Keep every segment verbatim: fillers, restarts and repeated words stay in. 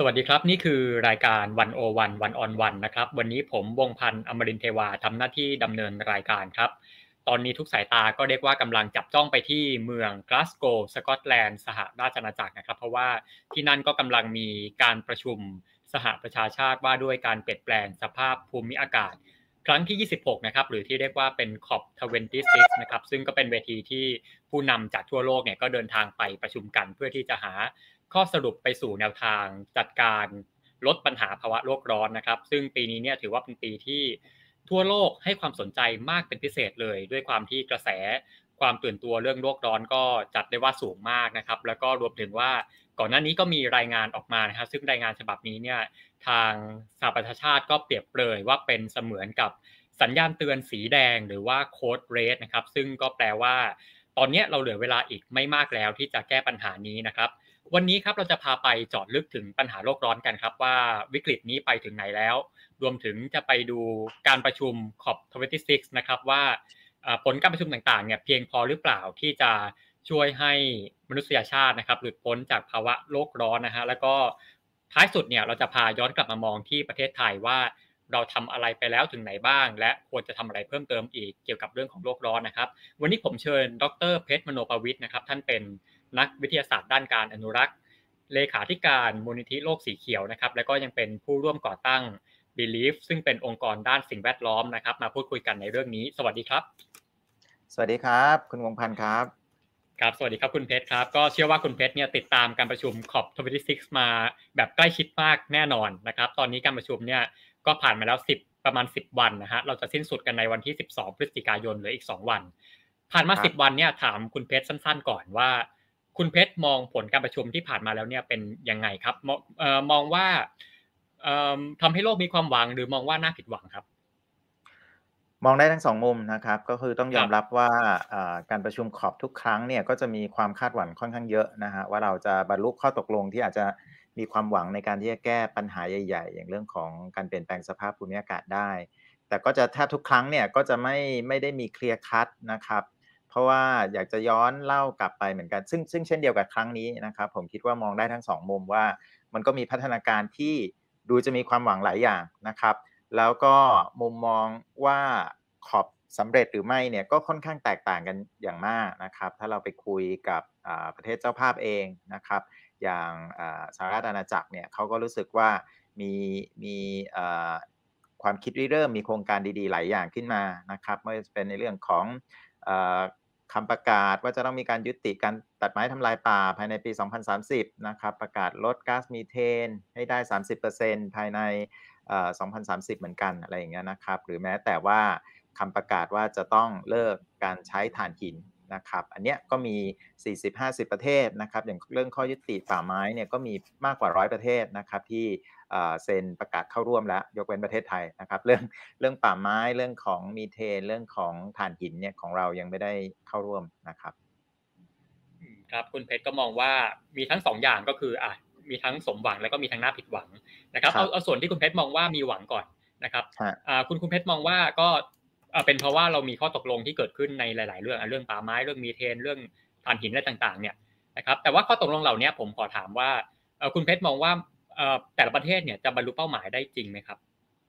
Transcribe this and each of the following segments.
สวัสดีครับนี่คือรายการวันโอวันวันออนวันนะครับวันนี้ผมวงศ์พันธ์อมรินทร์เทวาทำหน้าที่ดำเนินรายการครับตอนนี้ทุกสายตาก็เรียกว่ากำลังจับจ้องไปที่เมืองกลาสโกว์สกอตแลนด์สหราชอาณาจักรนะครับเพราะว่าที่นั่นก็กำลังมีการประชุมสหประชาชาติว่าด้วยการเปลี่ยนแปลงสภาพภูมิอากาศครั้งที่ยี่สิบหกนะครับหรือที่เรียกว่าเป็น ซี โอ พี ยี่สิบหก นะครับซึ่งก็เป็นเวทีที่ผู้นำจากทั่วโลกเนี่ยก็เดินทางไปประชุมกันเพื่อที่จะหาข้อสรุปไปสู่แนวทางจัดการลดปัญหาภาวะโลกร้อนนะครับซึ่งปีนี้เนี่ยถือว่าเป็นปีที่ทั่วโลกให้ความสนใจมากเป็นพิเศษเลยด้วยความที่กระแสความตื่นตัวเรื่องโลกร้อนก็จัดได้ว่าสูงมากนะครับแล้วก็รวมถึงว่าก่อนหน้านี้ก็มีรายงานออกมานะครับซึ่งรายงานฉบับนี้เนี่ยทางสหประชาชาติก็เปรียบเปรยว่าเป็นเสมือนกับสัญญาณเตือนสีแดงหรือว่าโค้ดเรดนะครับซึ่งก็แปลว่าตอนนี้เราเหลือเวลาอีกไม่มากแล้วที่จะแก้ปัญหานี้นะครับวันนี้ครับเราจะพาไปเจาะลึกถึงปัญหาโลกร้อนกันครับว่าวิกฤตนี้ไปถึงไหนแล้วรวมถึงจะไปดูการประชุม ซี โอ พี ยี่สิบหก นะครับว่าผลการประชุมต่างๆเนี่ยเพียงพอหรือเปล่าที่จะช่วยให้มนุษยชาตินะครับหลุดพ้นจากภาวะโลกร้อนนะฮะแล้วก็ท้ายสุดเนี่ยเราจะพาย้อนกลับมามองที่ประเทศไทยว่าเราทำอะไรไปแล้วถึงไหนบ้างและควรจะทำอะไรเพิ่มเติมอีกเกี่ยวกับเรื่องของโลกร้อนนะครับวันนี้ผมเชิญดรเพชรมโนปวิทย์นะครับท่านเป็นนักวิทยาศาสตร์ด้านการอนุรักษ์เลขาธิการมูลนิธิโลกสีเขียวนะครับแล้วก็ยังเป็นผู้ร่วมก่อตั้ง Belief ซึ่งเป็นองค์กรด้านสิ่งแวดล้อมนะครับมาพูดคุยกันในเรื่องนี้สวัสดีครับสวัสดีครับคุณวงศ์พันธ์ครับครับสวัสดีครับคุณเพชรครับก็เชื่อว่าคุณเพชรเนี่ยติดตามการประชุม ซี โอ พี ยี่สิบหก มาแบบใกล้ชิดมากแน่นอนนะครับตอนนี้การประชุมเนี่ยก็ผ่านมาแล้วสิบประมาณสิบวันนะฮะเราจะสิ้นสุดกันในวันที่สิบสองพฤศจิกายนเหลืออีกสองวันผ่านมาสิบวันเนี่ยถามคุณเพชรสั้นๆก่อนว่าคุณเพชรมองผลการประชุมที่ผ่านมาแล้วเนี่ยเป็นยังไงครับมองเอ่อมองว่าเอ่อทำให้โลกมีความหวังหรือมองว่าน่าผิดหวังครับมองได้ทั้งสองมุมนะครับก็คือต้องครับยอมรับว่าอ่าการประชุมขอบทุกครั้งเนี่ยก็จะมีความคาดหวังค่อนข้างเยอะนะครับว่าเราจะบรรลุข้อตกลงที่อาจจะมีความหวังในการที่จะแก้ปัญหาใหญ่ๆอย่างเรื่องของการเปลี่ยนแปลงสภาพภูมิอากาศได้แต่ก็จะแทบทุกครั้งเนี่ยก็จะไม่ไม่ได้มี clear cut นะครับเพราะว่าอยากจะย้อนเล่ากลับไปเหมือนกันซึ่งซึ่งเช่นเดียวกับครั้งนี้นะครับผมคิดว่ามองได้ทั้งสองมุมว่ามันก็มีพัฒนาการที่ดูจะมีความหวังหลายอย่างนะครับ แล้วก็มุมมองว่าขอบสำเร็จหรือไม่เนี่ยก็ค่อนข้างแตกต่างกันอย่างมากนะครับถ้าเราไปคุยกับประเทศเจ้าภาพเองนะครับอย่างสหราชอาณาจักรเนี่ยเขาก็รู้สึกว่ามีมีความคิดริเริ่มมีโครงการดีๆหลายอย่างขึ้นมานะครับไม่ว่าจะเป็นในเรื่องของคำประกาศว่าจะต้องมีการยุติการตัดไม้ทำลายป่าภายในปีสองพันสามสิบนะครับประกาศลดก๊าซมีเทนให้ได้ สามสิบเปอร์เซ็นต์ ภายในสองพันสามสิบเหมือนกันอะไรอย่างเงี้ยนะครับหรือแม้แต่ว่าคำประกาศว่าจะต้องเลิกการใช้ถ่านหินนะครับอันเนี้ยก็มี สี่สิบถึงห้าสิบ ประเทศนะครับอย่างเรื่องข้อยุติป่าไม้เนี่ยก็มีมากกว่าหนึ่งร้อยประเทศนะครับที่เซ็นประกาศเข้าร่วมแล้วยกเว้นประเทศไทยนะครับเรื่องเรื่องป่าไม้เรื่องของมีเทนเรื่องของถ่านหินเนี่ยของเรายังไม่ได้เข้าร่วมนะครับครับคุณเพชรก็มองว่ามีทั้งสองอย่างก็คืออ่ะมีทั้งสมหวังแล้วก็มีทั้งน่าผิดหวังนะครับเอาเอาส่วนที่คุณเพชรมองว่ามีหวังก่อนนะครับอ่าคุณคุณเพชรมองว่าก็เป็นเพราะว่าเรามีข้อตกลงที่เกิดขึ้นในหลายๆเรื่องเรื่องป่าไม้เรื่องมีเทนเรื่องถ่านหินอะไรต่างๆเนี่ยนะครับแต่ว่าข้อตกลงเหล่านี้ผมขอถามว่าคุณเพชรมองว่าแต่ละประเทศเนี่ยจะบรรลุเป้าหมายได้จริงไหมครับ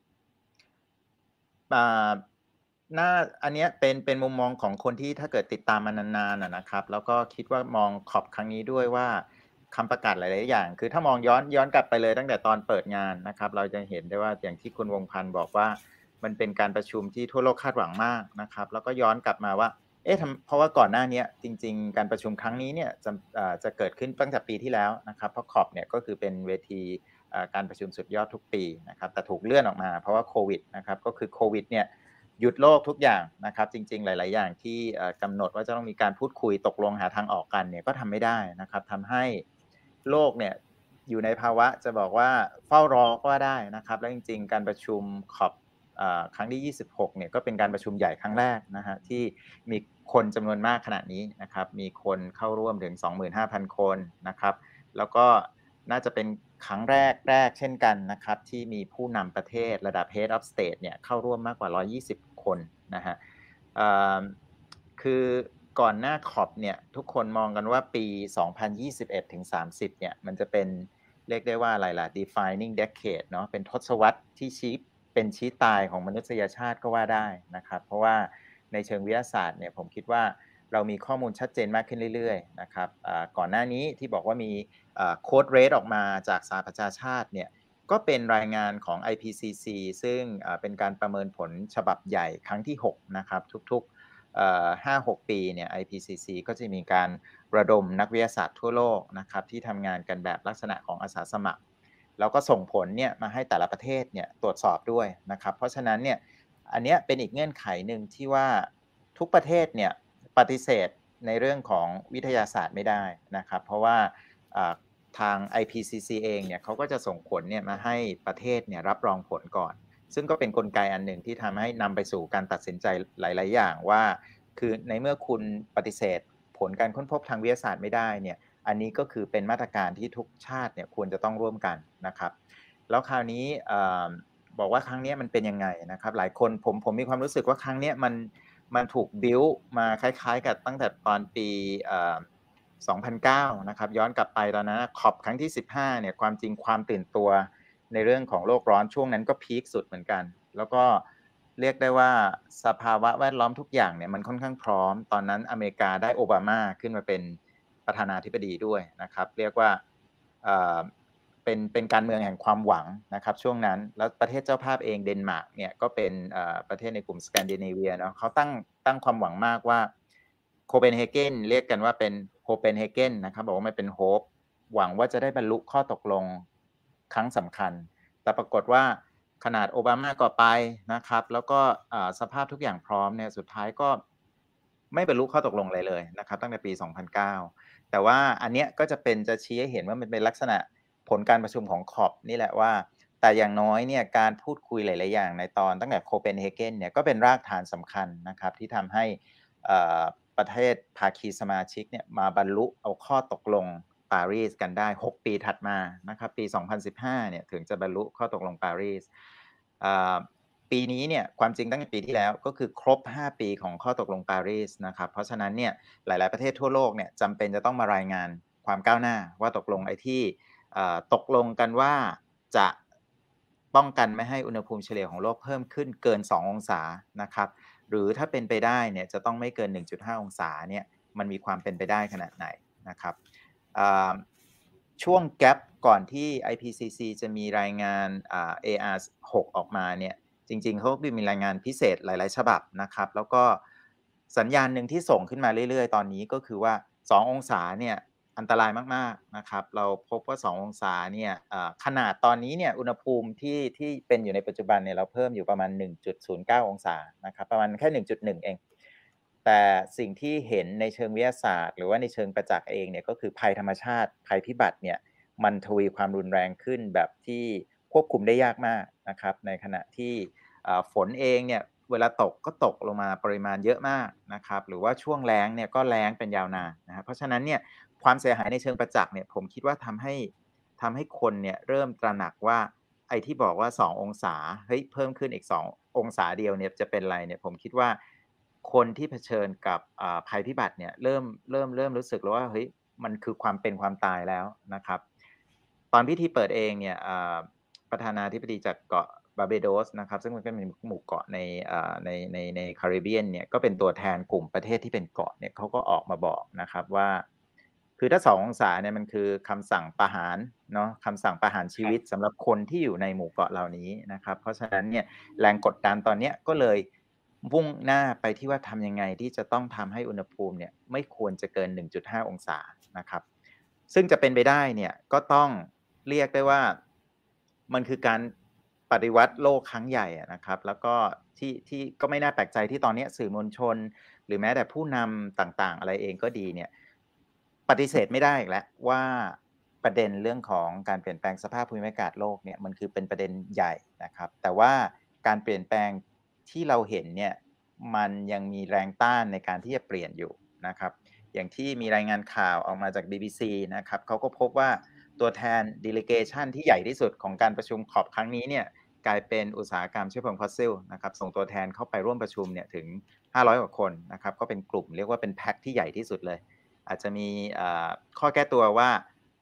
อ่าน่าอันนี้เป็นเป็นมุมมองของคนที่ถ้าเกิดติดตามมานานๆนะครับแล้วก็คิดว่ามองขอบครั้งนี้ด้วยว่าคำประกาศหลายๆอย่างคือถ้ามองย้อนย้อนกลับไปเลยตั้งแต่ตอนเปิดงานนะครับเราจะเห็นได้ว่าอย่างที่คุณวงพันธ์บอกว่ามันเป็นการประชุมที่ทั่วโลกคาดหวังมากนะครับแล้วก็ย้อนกลับมาว่าเอ๊ะเพราะว่าก่อนหน้านี้จริงๆการประชุมครั้งนี้เนี่ยจะจะเกิดขึ้นตั้งแต่ปีที่แล้วนะครับเพราะขอบเนี่ยก็คือเป็นเวทีการประชุมสุดยอดทุกปีนะครับแต่ถูกเลื่อนออกมาเพราะว่าโควิดนะครับก็คือโควิดเนี่ยหยุดโลกทุกอย่างนะครับจริงๆหลายๆอย่างที่กำหนดว่าจะต้องมีการพูดคุยตกลงหาทางออกกันเนี่ยก็ทำไม่ได้นะครับทำให้โลกเนี่ยอยู่ในภาวะจะบอกว่าเฝ้ารอก็ว่าได้นะครับแล้วจริงๆการประชุมขอบครั้งที่ยี่สิบหกเนี่ยก็เป็นการประชุมใหญ่ครั้งแรกนะฮะที่มีคนจำนวนมากขนาดนี้นะครับมีคนเข้าร่วมถึง สองหมื่นห้าพัน คนนะครับแล้วก็น่าจะเป็นครั้งแรกแรกเช่นกันนะครับที่มีผู้นำประเทศระดับ Head of State เนี่ยเข้าร่วมมากกว่าหนึ่งร้อยยี่สิบคนนะฮะคือก่อนหน้าขอบเนี่ยทุกคนมองกันว่าปีสองพันยี่สิบเอ็ดถึงสามสิบเนี่ยมันจะเป็นเรียกได้ว่าอะไรล่ะ defining decade เนาะเป็นทศวรรษที่ชี้เป็นชี้ตายของมนุษยชาติก็ว่าได้นะครับเพราะว่าในเชิงวิทยาศาสตร์เนี่ยผมคิดว่าเรามีข้อมูลชัดเจนมากขึ้นเรื่อยๆนะครับก่อนหน้านี้ที่บอกว่ามีโค้ดเรทออกมาจากสหประชาชาติเนี่ยก็เป็นรายงานของ ไอ พี ซี ซี ซึ่งเป็นการประเมินผลฉบับใหญ่ครั้งที่หกนะครับทุกๆ ห้าหก ปีเนี่ย ไอ พี ซี ซี ก็จะมีการระดมนักวิทยาศาสตร์ทั่วโลกนะครับที่ทำงานกันแบบลักษณะของอาสาสมัครแล้วก็ส่งผลเนี่ยมาให้แต่ละประเทศเนี่ยตรวจสอบด้วยนะครับเพราะฉะนั้นเนี่ยอันนี้เป็นอีกเงื่อนไขหนึ่งที่ว่าทุกประเทศเนี่ยปฏิเสธในเรื่องของวิทยาศาสตร์ไม่ได้นะครับเพราะว่าทาง ไอ พี ซี ซี เองเนี่ยเขาก็จะส่งผลเนี่ยมาให้ประเทศเนี่ยรับรองผลก่อนซึ่งก็เป็นกลไกอันหนึ่งที่ทำให้นำไปสู่การตัดสินใจหลายๆอย่างว่าคือในเมื่อคุณปฏิเสธผลการค้นพบทางวิทยาศาสตร์ไม่ได้เนี่ยอันนี้ก็คือเป็นมาตรการที่ทุกชาติเนี่ยควรจะต้องร่วมกันนะครับแล้วคราวนี้บอกว่าครั้งนี้มันเป็นยังไงนะครับหลายคนผมผมมีความรู้สึกว่าครั้งนี้มันมันถูกบิวมาคล้ายๆกับตั้งแต่ตอนปีสองพันเก้านะครับย้อนกลับไปตอนนั้นคอปครั้งที่สิบห้าเนี่ยความจริงความตื่นตัวในเรื่องของโลกร้อนช่วงนั้นก็พีคสุดเหมือนกันแล้วก็เรียกได้ว่าสภาวะแวดล้อมทุกอย่างเนี่ยมันค่อนข้างพร้อมตอนนั้นอเมริกาได้โอบามาขึ้นมาเป็นประธานาธิบดีด้วยนะครับเรียกว่าเป็นเป็นการเมืองแห่งความหวังนะครับช่วงนั้นแล้วประเทศเจ้าภาพเองเดนมาร์กเนี่ยก็เป็นประเทศในกลุ่มสแกนดิเนเวียเนาะเขาตั้งตั้งความหวังมากว่าโคเปนเฮเกนเรียกกันว่าเป็นโคเปนเฮเกนนะครับบอกว่ามันเป็นโฮปหวังว่าจะได้บรรลุข้อตกลงครั้งสำคัญแต่ปรากฏว่าขนาดโอบามาก็ไปนะครับแล้วก็สภาพทุกอย่างพร้อมเนี่ยสุดท้ายก็ไม่บรรลุข้อตกลงอะไรเลยนะครับตั้งแต่ปีสองพันเก้าแต่ว่าอันเนี้ยก็จะเป็นจะชี้ให้เห็นว่ามันเป็นลักษณะผลการประชุมของคอปนี่แหละว่าแต่อย่างน้อยเนี่ยการพูดคุยหลายๆอย่างในตอนตั้งแต่โคเปนเฮเกนเนี่ยก็เป็นรากฐานสำคัญนะครับที่ทำให้ประเทศภาคีสมาชิกเนี่ยมาบรรลุเอาข้อตกลงปารีสกันได้หกปีถัดมานะครับปีสองพันสิบห้าเนี่ยถึงจะบรรลุข้อตกลงปารีสปีนี้เนี่ยความจริงตั้งแต่ปีที่แล้วก็คือครบห้าปีของข้อตกลงปารีสนะครับเพราะฉะนั้นเนี่ยหลายๆประเทศทั่วโลกเนี่ยจำเป็นจะต้องมารายงานความก้าวหน้าว่าตกลงไอ้ที่ตกลงกันว่าจะป้องกันไม่ให้อุณหภูมิเฉลี่ยของโลกเพิ่มขึ้นเกินสององศานะครับหรือถ้าเป็นไปได้เนี่ยจะต้องไม่เกิน หนึ่งจุดห้า องศาเนี่ยมันมีความเป็นไปได้ขนาดไหนนะครับช่วงแกปก่อนที่ ไอ พี ซี ซี จะมีรายงาน เอ อาร์ หกออกมาเนี่ยจริงๆเขามีรายงานพิเศษหลายๆฉบับนะครับแล้วก็สัญญาณหนึ่งที่ส่งขึ้นมาเรื่อยๆตอนนี้ก็คือว่าสององศาเนี่ยอันตรายมากๆนะครับเราพบว่าสององศาเนี่ยขนาดตอนนี้เนี่ยอุณหภูมิที่ที่เป็นอยู่ในปัจจุบันเนี่ยเราเพิ่มอยู่ประมาณ หนึ่งจุดศูนย์เก้า องศานะครับประมาณแค่ หนึ่งจุดหนึ่ง เองแต่สิ่งที่เห็นในเชิงวิทยาศาสตร์หรือว่าในเชิงประจักษ์เองเนี่ยก็คือภัยธรรมชาติภัยพิบัติเนี่ยมันทวีความรุนแรงขึ้นแบบที่ควบคุมได้ยากมากนะครับในขณะที่ฝนเองเนี่ยเวลาตกก็ตกลงมาปริมาณเยอะมากนะครับหรือว่าช่วงแล้งเนี่ยก็แล้งเป็นยาวนานนะครับเพราะฉะนั้นเนี่ยความเสียหายในเชิงประจักษ์เนี่ยผมคิดว่าทำให้ทำให้คนเนี่ยเริ่มตระหนักว่าไอ้ที่บอกว่าสององศาเฮ้ยเพิ่มขึ้นอีกสององศาเดียวเนี่ยจะเป็นไรเนี่ยผมคิดว่าคนที่เผชิญกับภัยพิบัติเนี่ยเริ่มเริ่มเริ่มรู้สึกแล้วว่าเฮ้ยมันคือความเป็นความตายแล้วนะครับตอนพิธีเปิดเองเนี่ยประธานาธิบดีจากเกาะบาร์เบโดสนะครับซึ่งมันเป็นหมู่เกาะในในในในแคริบเบียนเนี่ยก็เป็นตัวแทนกลุ่มประเทศที่เป็นเกาะเนี่ยเขาก็ออกมาบอกนะครับว่าคือถ้าสององศาเนี่ยมันคือคำสั่งประหารเนาะคำสั่งประหารชีวิตสำหรับคนที่อยู่ในหมู่เกาะเหล่านี้นะครับเพราะฉะนั้นเนี่ยแรงกดดันตอนนี้ก็เลยมุ่งหน้าไปที่ว่าทำยังไงที่จะต้องทำให้อุณหภูมิเนี่ยไม่ควรจะเกิน หนึ่งจุดห้า องศานะครับซึ่งจะเป็นไปได้เนี่ยก็ต้องเรียกได้ว่ามันคือการปฏิวัติโลกครั้งใหญ่นะครับแล้วก็ที่ที่ก็ไม่น่าแปลกใจที่ตอนนี้สื่อมวลชนหรือแม้แต่ผู้นำต่างๆอะไรเองก็ดีเนี่ยปฏิเสธไม่ได้อีกแล้วว่าประเด็นเรื่องของการเปลี่ยนแปลงสภาพภูมิอากาศโลกเนี่ยมันคือเป็นประเด็นใหญ่นะครับแต่ว่าการเปลี่ยนแปลงที่เราเห็นเนี่ยมันยังมีแรงต้านในการที่จะเปลี่ยนอยู่นะครับอย่างที่มีรายงานข่าวออกมาจาก บี บี ซี นะครับเขาก็พบว่าตัวแทน delegation ที่ใหญ่ที่สุดของการประชุมขอบครั้งนี้เนี่ยกลายเป็นอุตสาหกรรมเชื้อเพลิงฟอสซิลนะครับส่งตัวแทนเข้าไปร่วมประชุมเนี่ยถึงห้าร้อยกว่าคนนะครับก็เป็นกลุ่มเรียกว่าเป็นแพ็คที่ใหญ่ที่สุดเลยอาจจะมีข้อแก้ตัวว่า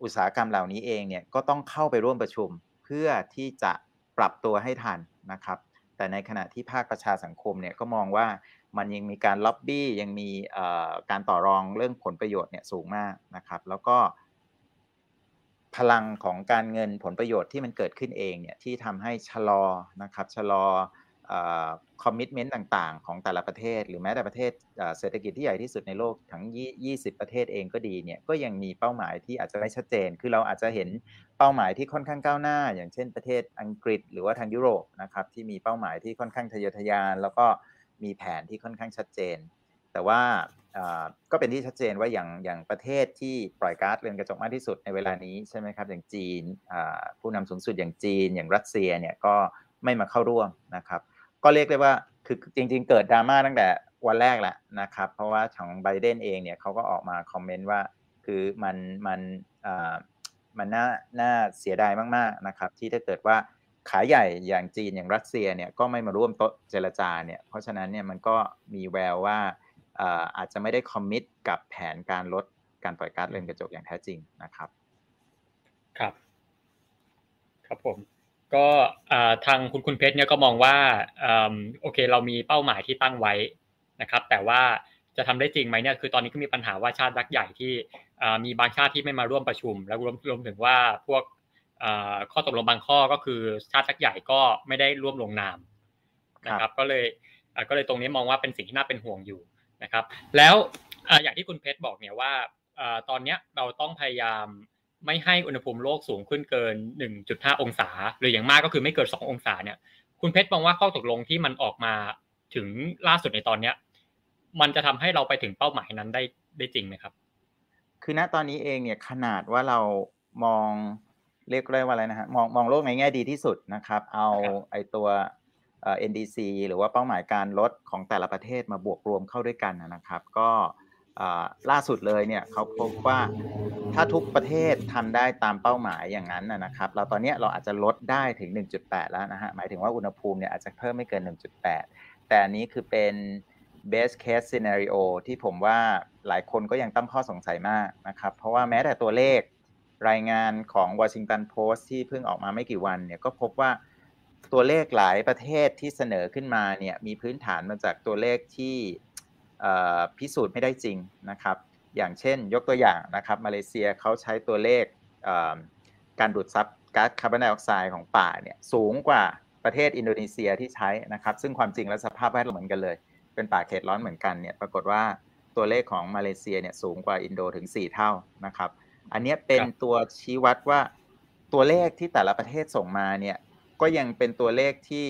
อุตสาหกรรมเหล่านี้เองเนี่ยก็ต้องเข้าไปร่วมประชุมเพื่อที่จะปรับตัวให้ทันนะครับแต่ในขณะที่ภาคประชาสังคมเนี่ยก็มองว่ามันยังมีการล็อบบี้ยังมีการต่อรองเรื่องผลประโยชน์เนี่ยสูงมากนะครับแล้วก็พลังของการเงินผลประโยชน์ที่มันเกิดขึ้นเองเนี่ยที่ทำให้ชะลอนะครับชะลอคอมมิตเมนต์ต่างๆของแต่ละประเทศหรือแม้แต่ประเทศเศรษฐกิจที่ใหญ่ที่สุดในโลกทั้งยี่สิบประเทศเองก็ดีเนี่ยก็ยังมีเป้าหมายที่อาจจะไม่ชัดเจนคือเราอาจจะเห็นเป้าหมายที่ค่อนข้างก้าวหน้าอย่างเช่นประเทศอังกฤษหรือว่าทางยุโรปนะครับที่มีเป้าหมายที่ค่อนข้างทะเยอทะยานแล้วก็มีแผนที่ค่อนข้างชัดเจนแต่ว่าก็เป็นที่ชัดเจนว่าอย่างอย่างประเทศที่ปล่อยก๊าซเรือนกระจกมากที่สุดในเวลานี้ใช่ไหมครับอย่างจีนผู้นำสูงสุดอย่างจีนอย่างรัสเซียเนี่ยก็ไม่มาเข้าร่วมนะครับก็เรียกได้ว่าคือจริงๆเกิดดราม่าตั้งแต่วันแรกแหละนะครับเพราะว่าของไบเดนเองเนี่ยเขาก็ออกมาคอมเมนต์ว่าคือมันมันมันน่าน่าเสียดายมากๆนะครับที่ถ้าเกิดว่าขายใหญ่อย่างจีนอย่างรัสเซียเนี่ยก็ไม่มาร่วมโต๊ะเจรจาเนี่ยเพราะฉะนั้นเนี่ยมันก็มีแววว่าอาจจะไม่ได้คอมมิตกับแผนการลดการปล่อยก๊าซเรือนกระจกอย่างแท้จริงนะครับครับครับผมก็ทางคุณคุณเพชรเนี่ยก็มองว่าโอเคเรามีเป้าหมายที่ตั้งไว้นะครับแต่ว่าจะทำได้จริงไหมเนี่ยคือตอนนี้ก็มีปัญหาว่าชาติยักษ์ใหญ่ที่มีบางชาติที่ไม่มาร่วมประชุมแล้วรวมรวมถึงว่าพวกข้อตกลงบางข้อก็คือชาติยักษ์ใหญ่ก็ไม่ได้ร่วมลงนามนะครับก็เลยก็เลยตรงนี้มองว่าเป็นสิ่งที่น่าเป็นห่วงอยู่นะครับแล้วอย่างที่คุณเพชรบอกเนี่ยว่าตอนนี้เราต้องพยายามไม่ให้อุณหภูมิโลกสูงขึ้นเกิน หนึ่งจุดห้า องศาหรืออย่างมากก็คือไม่เกินสององศาเนี่ยคุณเพชรมองว่าข้อตกลงที่มันออกมาถึงล่าสุดในตอนนี้มันจะทำให้เราไปถึงเป้าหมายนั้นได้ได้จริงไหมครับคือณตอนนี้เองเนี่ยขนาดว่าเรามองเรียกได้ว่าอะไรนะฮะมองมองโลกในแง่ดีที่สุดนะครับเอาไอตัวเอ่อ เอ็น ดี ซี หรือว่าเป้าหมายการลดของแต่ละประเทศมาบวกรวมเข้าด้วยกันนะครับก็ล่าสุดเลยเนี่ยเขาพบว่าถ้าทุกประเทศทำได้ตามเป้าหมายอย่างนั้นนะครับเราตอนนี้เราอาจจะลดได้ถึง หนึ่งจุดแปด แล้วนะฮะหมายถึงว่าอุณหภูมิเนี่ยอาจจะเพิ่มไม่เกิน หนึ่งจุดแปด แต่อันนี้คือเป็น best case scenario ที่ผมว่าหลายคนก็ยังตั้งข้อสงสัยมากนะครับเพราะว่าแม้แต่ตัวเลขรายงานของ Washington Post ที่เพิ่งออกมาไม่กี่วันเนี่ยก็พบว่าตัวเลขหลายประเทศที่เสนอขึ้นมาเนี่ยมีพื้นฐานมาจากตัวเลขที่พิสูจน์ไม่ได้จริงนะครับอย่างเช่นยกตัวอย่างนะครับมาเลเซียเขาใช้ตัวเลขการดูดซับก๊าซคาร์บอนไดออกไซด์ของป่าเนี่ยสูงกว่าประเทศอินโดนีเซียที่ใช้นะครับซึ่งความจริงแล้วสภาพแวดล้อมเหมือนกันเลยเป็นป่าเขตร้อนเหมือนกันเนี่ยปรากฏว่าตัวเลขของมาเลเซียเนี่ยสูงกว่าอินโดถึงสี่เท่านะครับอันนี้เป็นตัวชี้วัดว่าตัวเลขที่แต่ละประเทศส่งมาเนี่ยก็ยังเป็นตัวเลขที่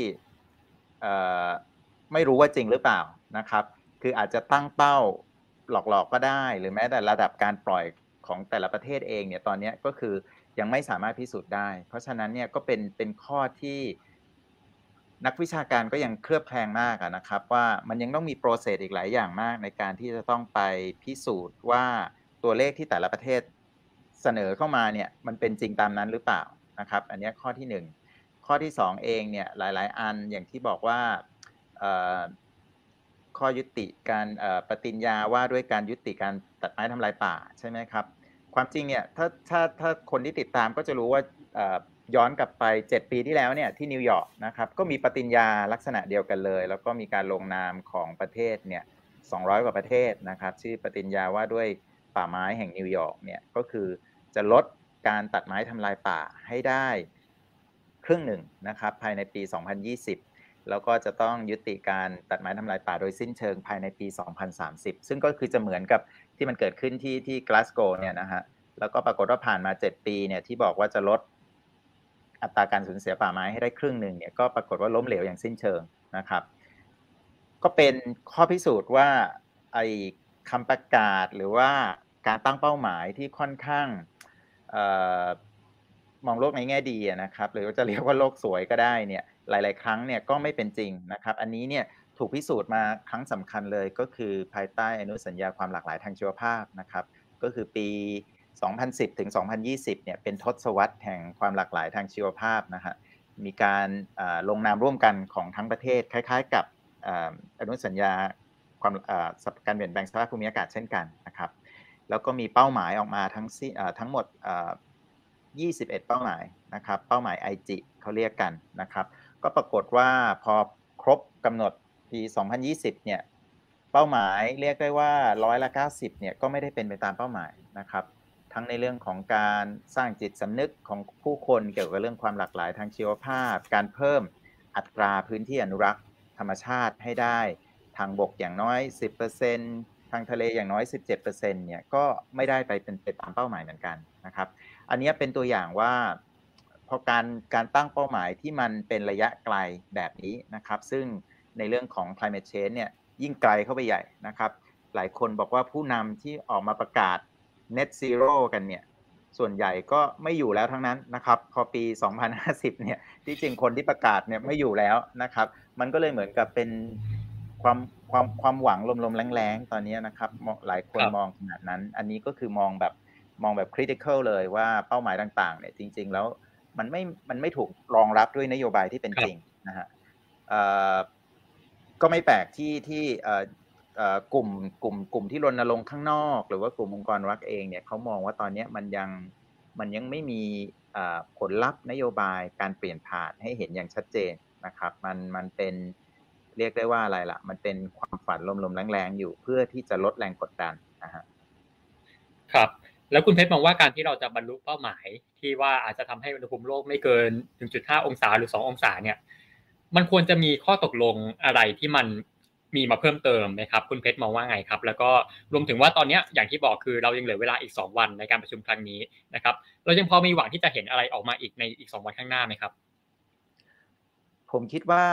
ไม่รู้ว่าจริงหรือเปล่านะครับคืออาจจะตั้งเป้าหลอกๆก็ได้หรือแม้แต่ระดับการปล่อยของแต่ละประเทศเองเนี่ยตอนนี้ก็คือยังไม่สามารถพิสูจน์ได้เพราะฉะนั้นเนี่ยก็เป็นเป็นข้อที่นักวิชาการก็ยังเคลือบแคลงมากนะครับว่ามันยังต้องมีโปรเซสอีกหลายอย่างมากในการที่จะต้องไปพิสูจน์ว่าตัวเลขที่แต่ละประเทศเสนอเข้ามาเนี่ยมันเป็นจริงตามนั้นหรือเปล่านะครับอันนี้ข้อที่หนึ่งข้อที่สองเองเนี่ยหลายๆอันอย่างที่บอกว่าข้อยุติการปฏิญญาว่าด้วยการยุติการตัดไม้ทำลายป่าใช่ไหมครับความจริงเนี่ยถ้าถ้าถ้าคนที่ติดตามก็จะรู้ว่าย้อนกลับไปเจ็ดปีที่แล้วเนี่ยที่นิวยอร์กนะครับก็มีปฏิญญาลักษณะเดียวกันเลยแล้วก็มีการลงนามของประเทศเนี่ยสองร้อยกว่าประเทศนะครับชื่อปฏิญญาว่าด้วยป่าไม้แห่งนิวยอร์กเนี่ยก็คือจะลดการตัดไม้ทำลายป่าให้ได้ครึ่งหนึ่งนะครับภายในปีสองพันยี่สิบแล้วก็จะต้องยุติการตัดไม้ทำลายป่าโดยสิ้นเชิงภายในปีสองพันสามสิบซึ่งก็คือจะเหมือนกับที่มันเกิดขึ้นที่ที่กลาสโกว์เนี่ยนะฮะแล้วก็ปรากฏว่าผ่านมาเจ็ดปีเนี่ยที่บอกว่าจะลดอัตราการสูญเสียป่าไม้ให้ได้ครึ่งหนึ่งเนี่ยก็ปรากฏว่าล้มเหลวอย่างสิ้นเชิงนะครับก็เป็นข้อพิสูจน์ว่าไอ้คำประกาศหรือว่าการตั้งเป้าหมายที่ค่อนข้างมองโลกในแง่ดีนะครับหรือว่าจะเรียกว่าโลกสวยก็ได้เนี่ยหลายๆครั้งเนี่ยก็ไม่เป็นจริงนะครับอันนี้เนี่ยถูกพิสูจน์มาครั้งสำคัญเลยก็คือภายใต้อนุสัญญาความหลากหลายทางชีวภาพนะครับก็คือปีสองพันสิบถึงสองพันยี่สิบเนี่ยเป็นทศวรรษแห่งความหลากหลายทางชีวภาพนะฮะมีการลงนามร่วมกันของทั้งประเทศคล้ายๆกับอนุสัญญาความการเปลี่ยนแปลงสภาพภูมิอากาศเช่นกันนะครับแล้วก็มีเป้าหมายออกมาทั้งสิ้นทั้งหมดยี่สิบเอ็ดเป้าหมายนะครับเป้าหมาย ไอ จี เขาเรียกกันนะครับก็ปรากฏว่าพอครบกำหนดปีสองพันยี่สิบเนี่ยเป้าหมายเรียกได้ว่าร้อยละเก้าสิบเนี่ยก็ไม่ได้เป็นไปตามเป้าหมายนะครับทั้งในเรื่องของการสร้างจิตสำนึกของผู้คนเกี่ยวกับเรื่องความหลากหลายทางชีวภาพการเพิ่มอัตราพื้นที่อนุรักษ์ธรรมชาติให้ได้ทางบกอย่างน้อย สิบเปอร์เซ็นต์ ทางทะเลอย่างน้อย สิบเจ็ดเปอร์เซ็นต์ เนี่ยก็ไม่ได้ไปเป็นไปตามเป้าหมายเหมือนกันนะครับอันนี้เป็นตัวอย่างว่าพอการการตั้งเป้าหมายที่มันเป็นระยะไกลแบบนี้นะครับซึ่งในเรื่องของ climate change เนี่ยยิ่งไกลเข้าไปใหญ่นะครับหลายคนบอกว่าผู้นำที่ออกมาประกาศ net zero กันเนี่ยส่วนใหญ่ก็ไม่อยู่แล้วทั้งนั้นนะครับพอปีสองพันห้าสิบเนี่ยที่จริงคนที่ประกาศเนี่ยไม่อยู่แล้วนะครับมันก็เลยเหมือนกับเป็นความความความหวังลมๆแรงๆตอนนี้นะครับหลายคนมองขนาดนั้นอันนี้ก็คือมองแบบมองแบบ critical เลยว่าเป้าหมายต่างๆเนี่ยจริงๆแล้วมันไม่มันไม่ถูกรองรับด้วยนโยบายที่เป็นจริงนะฮะก็ไม่แปลกที่ที่กลุ่มกลุ่มกลุ่มที่รณรงค์ข้างนอกหรือว่ากลุ่มองค์กรรักเองเนี่ยเขามองว่าตอนนี้มันยังมันยังไม่มีผลลัพธ์นโยบายการเปลี่ยนผ่านให้เห็นอย่างชัดเจนนะครับมันมันเป็นเรียกได้ว่าอะไรล่ะมันเป็นความฝันลมๆแรงๆอยู่เพื่อที่จะลดแรงกดดันนะฮะครับแล้วคุณเพชรมองว่าการที่เราจะบรรลุเป้าหมายที่ว่าอาจจะทำให้อุณหภูมิโลกไม่เกิน หนึ่งจุดห้า องศาหรือสององศาเนี่ยมันควรจะมีข้อตกลงอะไรที่มันมีมาเพิ่มเติมไหมครับคุณเพชรมองว่าไงครับแล้วก็รวมถึงว่าตอนนี้อย่างที่บอกคือเรายังเหลือเวลาอีกสองวันในการประชุมครั้งนี้นะครับเรายังพอมีหวังที่จะเห็นอะไรออกมาอีกในอีกสองวันข้างหน้าไหมครับผมคิดว่า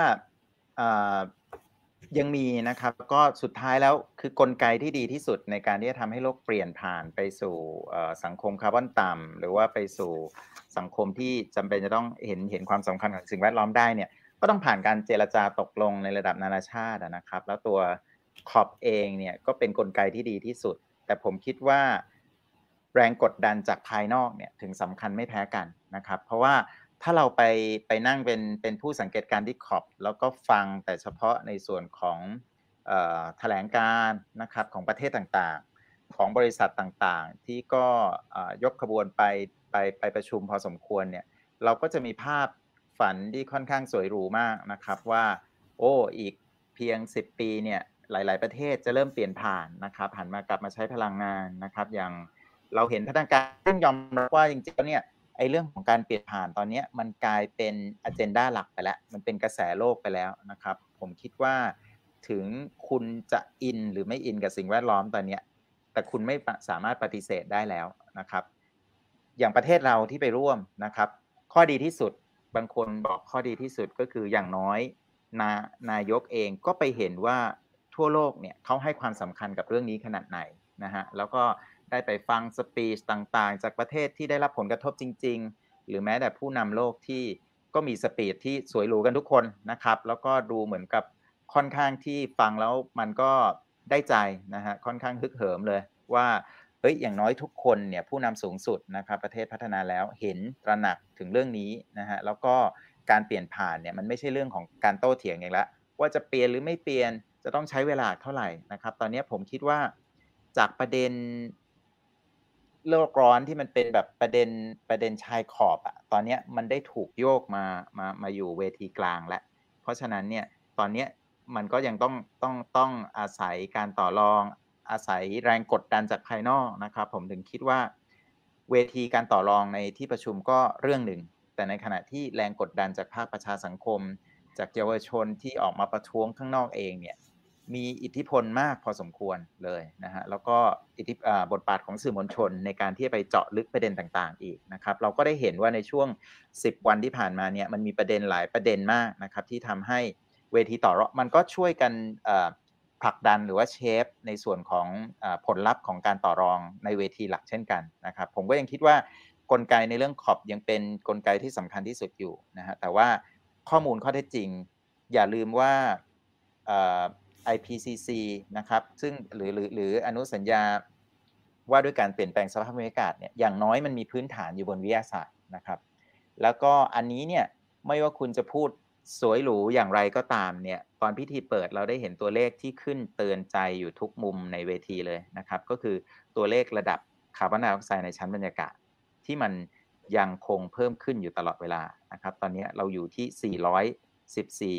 ยังมีนะครับก็สุดท้ายแล้วคือกลไกที่ดีที่สุดในการที่จะทำให้โลกเปลี่ยนผ่านไปสู่สังคมคาร์บอนต่ำหรือว่าไปสู่สังคมที่จำเป็นจะต้องเห็นเห็นความสำคัญของสิ่งแวดล้อมได้เนี่ยก็ต้องผ่านการเจรจาตกลงในระดับนานาชาตินะครับแล้วตัวคอปเองเนี่ยก็เป็นกลไกที่ดีที่สุดแต่ผมคิดว่าแรงกดดันจากภายนอกเนี่ยถึงสำคัญไม่แพ้กันนะครับเพราะว่าถ้าเราไปไปนั่งเป็นเป็นผู้สังเกตการณ์ที่ขอบแล้วก็ฟังแต่เฉพาะในส่วนของเอ่อแถลงการนะครับของประเทศต่างๆของบริษัทต่างๆที่ก็ยกขบวนไปไปไปประชุมพอสมควรเนี่ยเราก็จะมีภาพฝันที่ค่อนข้างสวยหรูมากนะครับว่าโอ้อีกเพียงสิบปีเนี่ยหลายๆประเทศจะเริ่มเปลี่ยนผ่านนะครับหันมากลับมาใช้พลังงานนะครับอย่างเราเห็นพัฒนาการซึ่งยอมรับว่าจริงๆแล้วเนี่ยไอ้เรื่องของการเปลี่ยนผ่านตอนนี้มันกลายเป็นอเจนดาหลักไปแล้วมันเป็นกระแสโลกไปแล้วนะครับผมคิดว่าถึงคุณจะอินหรือไม่อินกับสิ่งแวดล้อมตอนนี้แต่คุณไม่สามารถปฏิเสธได้แล้วนะครับอย่างประเทศเราที่ไปร่วมนะครับข้อดีที่สุดบางคนบอกข้อดีที่สุดก็คืออย่างน้อยนานายกเองก็ไปเห็นว่าทั่วโลกเนี่ยเขาให้ความสำคัญกับเรื่องนี้ขนาดไหนนะฮะแล้วก็ได้ไปฟังสปีชต่างๆจากประเทศที่ได้รับผลกระทบจริงๆหรือแม้แต่ผู้นำโลกที่ก็มีสปีชที่สวยหรูกันทุกคนนะครับแล้วก็ดูเหมือนกับค่อนข้างที่ฟังแล้วมันก็ได้ใจนะฮะค่อนข้างฮึกเหิมเลยว่าเฮ้ยอย่างน้อยทุกคนเนี่ยผู้นำสูงสุดนะครับประเทศพัฒนาแล้วเห็นตระหนักถึงเรื่องนี้นะฮะแล้วก็การเปลี่ยนผ่านเนี่ยมันไม่ใช่เรื่องของการโต้เถียงอย่างละว่าจะเปลี่ยนหรือไม่เปลี่ยนจะต้องใช้เวลาเท่าไหร่นะครับตอนนี้ผมคิดว่าจากประเด็นโลกร้อนที่มันเป็นแบบประเด็นประเด็นชายขอบอะตอนนี้มันได้ถูกโยกมามามาอยู่เวทีกลางแล้วเพราะฉะนั้นเนี่ยตอนนี้มันก็ยังต้องต้องต้องอาศัยการต่อรองอาศัยแรงกดดันจากภายนอกนะครับผมถึงคิดว่าเวทีการต่อรองในที่ประชุมก็เรื่องหนึ่งแต่ในขณะที่แรงกดดันจากภาคประชาสังคมจากเยาวชนที่ออกมาประท้วงข้างนอกเองเนี่ยมีอิทธิพลมากพอสมควรเลยนะฮะแล้วก็อิทธิบทบาทของสื่อมวลชนในการที่จะไปเจาะลึกประเด็นต่างๆอีกนะครับเราก็ได้เห็นว่าในช่วงสิบวันที่ผ่านมาเนี่ยมันมีประเด็นหลายประเด็นมากนะครับที่ทำให้เวทีต่อรองมันก็ช่วยกันผลักดันหรือว่าเชฟในส่วนของผลลัพธ์ของการต่อรองในเวทีหลักเช่นกันนะครับผมก็ยังคิดว่ากลไกในเรื่องขอบยังเป็นกลไกที่สำคัญที่สุดอยู่นะฮะแต่ว่าข้อมูลข้อเท็จจริงอย่าลืมว่า ไอ พี ซี ซี นะครับซึ่งหรือหรือหรืออนุสัญญาว่าด้วยการเปลี่ยนแปลงสภาพภูมิอากาศเนี่ยอย่างน้อยมันมีพื้นฐานอยู่บนวิทยาศาสตร์นะครับแล้วก็อันนี้เนี่ยไม่ว่าคุณจะพูดสวยหรูอย่างไรก็ตามเนี่ยตอนพิธีเปิดเราได้เห็นตัวเลขที่ขึ้นเตือนใจอยู่ทุกมุมในเวทีเลยนะครับก็คือตัวเลขระดับคาร์บอนไดออกไซด์ในชั้นบรรยากาศที่มันยังคงเพิ่มขึ้นอยู่ตลอดเวลานะครับตอนนี้เราอยู่ที่สี่ร้อยสิบสี่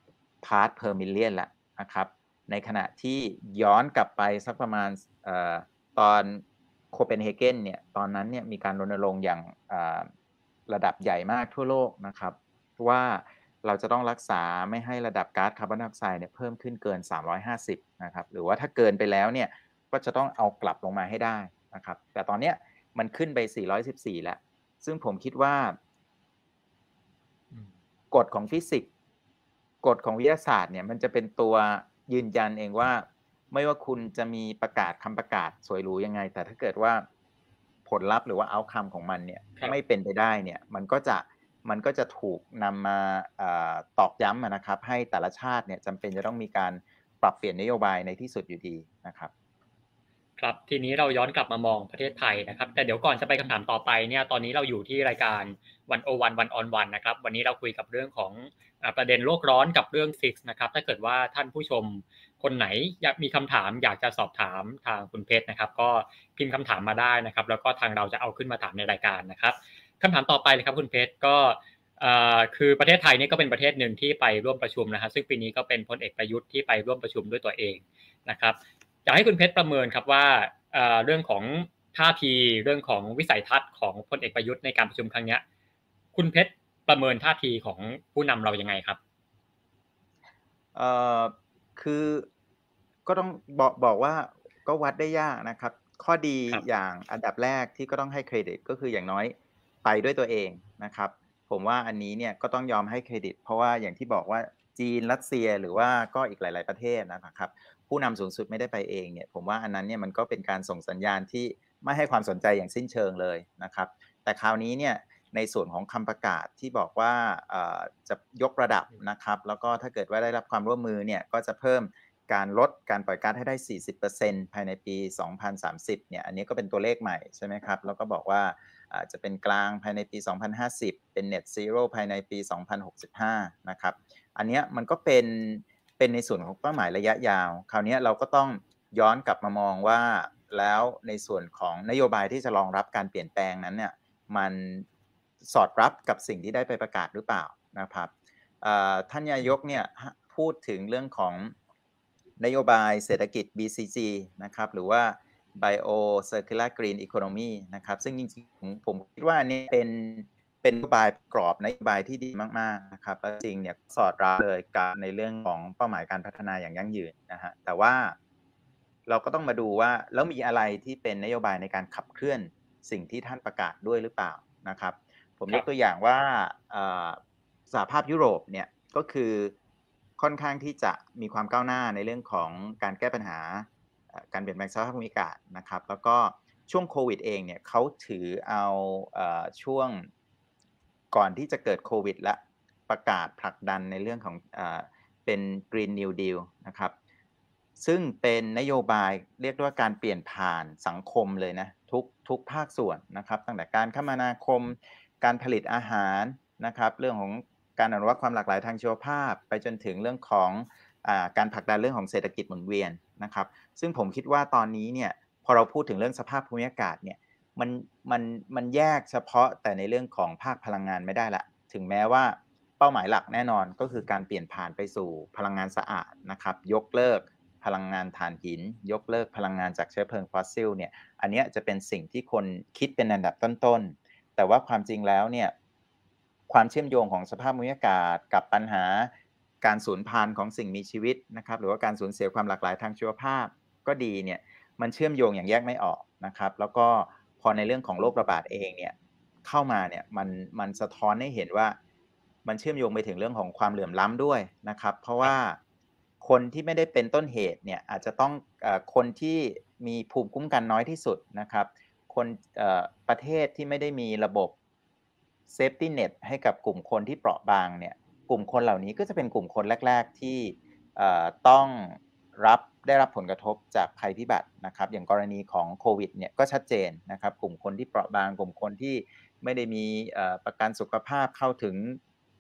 parts per million แล้วนะครับในขณะที่ย้อนกลับไปสักประมาณเอ่อตอนโคเปนเฮเกนเนี่ยตอนนั้นเนี่ยมีการรณรงค์อย่างระดับใหญ่มากทั่วโลกนะครับว่าเราจะต้องรักษาไม่ให้ระดับก๊าซคาร์บอนไดออกไซด์เนี่ยเพิ่มขึ้นเกินสามร้อยห้าสิบนะครับหรือว่าถ้าเกินไปแล้วเนี่ยก็จะต้องเอากลับลงมาให้ได้นะครับแต่ตอนนี้มันขึ้นไปสี่ร้อยสิบสี่แล้วซึ่งผมคิดว่ากฎของฟิสิกส์กฎของวิทยาศาสตร์เนี่ยมันจะเป็นตัวยืนยันเองว่าไม่ว่าคุณจะมีประกาศคำประกาศสวยหรูยังไงแต่ถ้าเกิดว่าผลลัพธ์หรือว่าเอาท์คัมของมันเนี่ยไม่เป็นไปได้เนี่ยมันก็จะมันก็จะถูกนำมาตอกย้ำนะครับให้แต่ละชาติเนี่ยจำเป็นจะต้องมีการปรับเปลี่ยนนโยบายในที่สุดอยู่ดีนะครับครับทีนี้เราย้อนกลับมามองประเทศไทยนะครับแต่เดี๋ยวก่อนจะไปคำถามต่อไปเนี่ยตอนนี้เราอยู่ที่รายการวันโอวันวันออนวันนะครับวันนี้เราคุยกับเรื่องของประเด็นโลกร้อนกับเรื่องซิกนะครับถ้าเกิดว่าท่านผู้ชมคนไหนอยากมีคำถามอยากจะสอบถามทางคุณเพชรนะครับก็พิมพ์คำถามมาได้นะครับแล้วก็ทางเราจะเอาขึ้นมาถามในรายการนะครับคำถามต่อไปเลยครับคุณเพชรก็คือประเทศไทยนี่ก็เป็นประเทศหนึ่งที่ไปร่วมประชุมนะฮะซึ่งปีนี้ก็เป็นพลเอกประยุทธ์ที่ไปร่วมประชุมด้วยตัวเองนะครับอยากให้คุณเพชรประเมินครับว่าเรื่องของท่าทีเรื่องของวิสัยทัศน์ของพลเอกประยุทธ์ในการประชุมครั้งนี้คุณเพชรประเมินท่าทีของผู้นำเรายังไงครับเอ่อคือก็ต้องบอกบอกว่าก็วัดได้ยากนะครับข้อดีอย่างอันดับแรกที่ก็ต้องให้เครดิตก็คืออย่างน้อยไปด้วยตัวเองนะครับผมว่าอันนี้เนี่ยก็ต้องยอมให้เครดิตเพราะว่าอย่างที่บอกว่าจีนรัสเซียหรือว่าก็อีกหลายๆประเทศนะครับผู้นำสูงสุดไม่ได้ไปเองเนี่ยผมว่าอันนั้นเนี่ยมันก็เป็นการส่งสัญญาณที่ไม่ให้ความสนใจอย่างสิ้นเชิงเลยนะครับแต่คราวนี้เนี่ยในส่วนของคำประกาศที่บอกว่าจะยกระดับนะครับแล้วก็ถ้าเกิดว่าได้รับความร่วมมือเนี่ยก็จะเพิ่มการลดการปล่อยก๊าซให้ได้ สี่สิบเปอร์เซ็นต์ ภายในปี สองพันสามสิบ เนี่ยอันนี้ก็เป็นตัวเลขใหม่ใช่ไหมครับแล้วก็บอกว่าจะเป็นกลางภายในปี สองพันห้าสิบ เป็น Net Zero ภายในปี สองพันหกสิบห้า นะครับอันนี้มันก็เป็นเป็นในส่วนของเป้าหมายระยะยาวคราวนี้เราก็ต้องย้อนกลับมามองว่าแล้วในส่วนของนโยบายที่จะรองรับการเปลี่ยนแปลงนั้นเนี่ยมันสอดรับกับสิ่งที่ได้ไปประกาศหรือเปล่านะครับท่านนายกเนี่ยพูดถึงเรื่องของนโยบายเศรษฐกิจ บี ซี จี นะครับหรือว่า Bio Circular Green Economy นะครับซึ่งจริงๆผมคิดว่าอันนี้เป็นเป็นนโยบายกรอบนโยบายที่ดีมากๆนะครับและจริงเนี่ยสอดรับเลยกับในเรื่องของเป้าหมายการพัฒนาอย่างยั่งยืนนะฮะแต่ว่าเราก็ต้องมาดูว่าแล้วมีอะไรที่เป็นนโยบายในการขับเคลื่อนสิ่งที่ท่านประกาศด้วยหรือเปล่านะครับผมยกตัวอย่างว่าสหภาพยุโรปเนี่ยก็คือค่อนข้างที่จะมีความก้าวหน้าในเรื่องของการแก้ปัญหาการเปลี่ยนแปลงสภาพภูมิอากาศนะครับแล้วก็ช่วงโควิดเองเนี่ยเขาถือเอาช่วงก่อนที่จะเกิดโควิดและประกาศผลักดันในเรื่องของเป็น Green New Deal นะครับซึ่งเป็นนโยบายเรียกว่าการเปลี่ยนผ่านสังคมเลยนะทุกทุกภาคส่วนนะครับตั้งแต่การคมนาคมการผลิตอาหารนะครับเรื่องของการอนุรักษ์ความหลากหลายทางชีวภาพไปจนถึงเรื่องของอาการผลักดันเรื่องของเศรษฐกิจหมุนเวียนนะครับซึ่งผมคิดว่าตอนนี้เนี่ยพอเราพูดถึงเรื่องสภาพภูมิอากาศเนี่ยมันมันมันแยกเฉพาะแต่ในเรื่องของภาคพลังงานไม่ได้ละถึงแม้ว่าเป้าหมายหลักแน่นอนก็คือการเปลี่ยนผ่านไปสู่พลังงานสะอาดนะครับยกเลิกพลังงานถ่านหินยกเลิกพลังงานจากเชื้อเพลิงฟอสซิลเนี่ยอันนี้จะเป็นสิ่งที่คนคิดเป็นอันดับต้นๆแต่ว่าความจริงแล้วเนี่ยความเชื่อมโยงของสภาพภูมิอากาศกับปัญหาการสูญพันธุ์ของสิ่งมีชีวิตนะครับหรือว่าการสูญเสียความหลากหลายทางชีวภาพก็ดีเนี่ยมันเชื่อมโยงอย่างแยกไม่ออกนะครับแล้วก็พอในเรื่องของโรคระบาดเองเนี่ยเข้ามาเนี่ยมันมันสะท้อนให้เห็นว่ามันเชื่อมโยงไปถึงเรื่องของความเหลื่อมล้ำด้วยนะครับเพราะว่าคนที่ไม่ได้เป็นต้นเหตุเนี่ยอาจจะต้องเอ่อคนที่มีภูมิคุ้มกันน้อยที่สุดนะครับคนเอ่อประเทศที่ไม่ได้มีระบบเซฟตี้เน็ตให้กับกลุ่มคนที่เปราะบางเนี่ยกลุ่มคนเหล่านี้ก็จะเป็นกลุ่มคนแรกๆที่เอ่อต้องรับได้รับผลกระทบจากภัยพิบัตินะครับอย่างกรณีของโควิดเนี่ยก็ชัดเจนนะครับกลุ่มคนที่เปราะบางกลุ่มคนที่ไม่ได้มีประกันสุขภาพเข้าถึง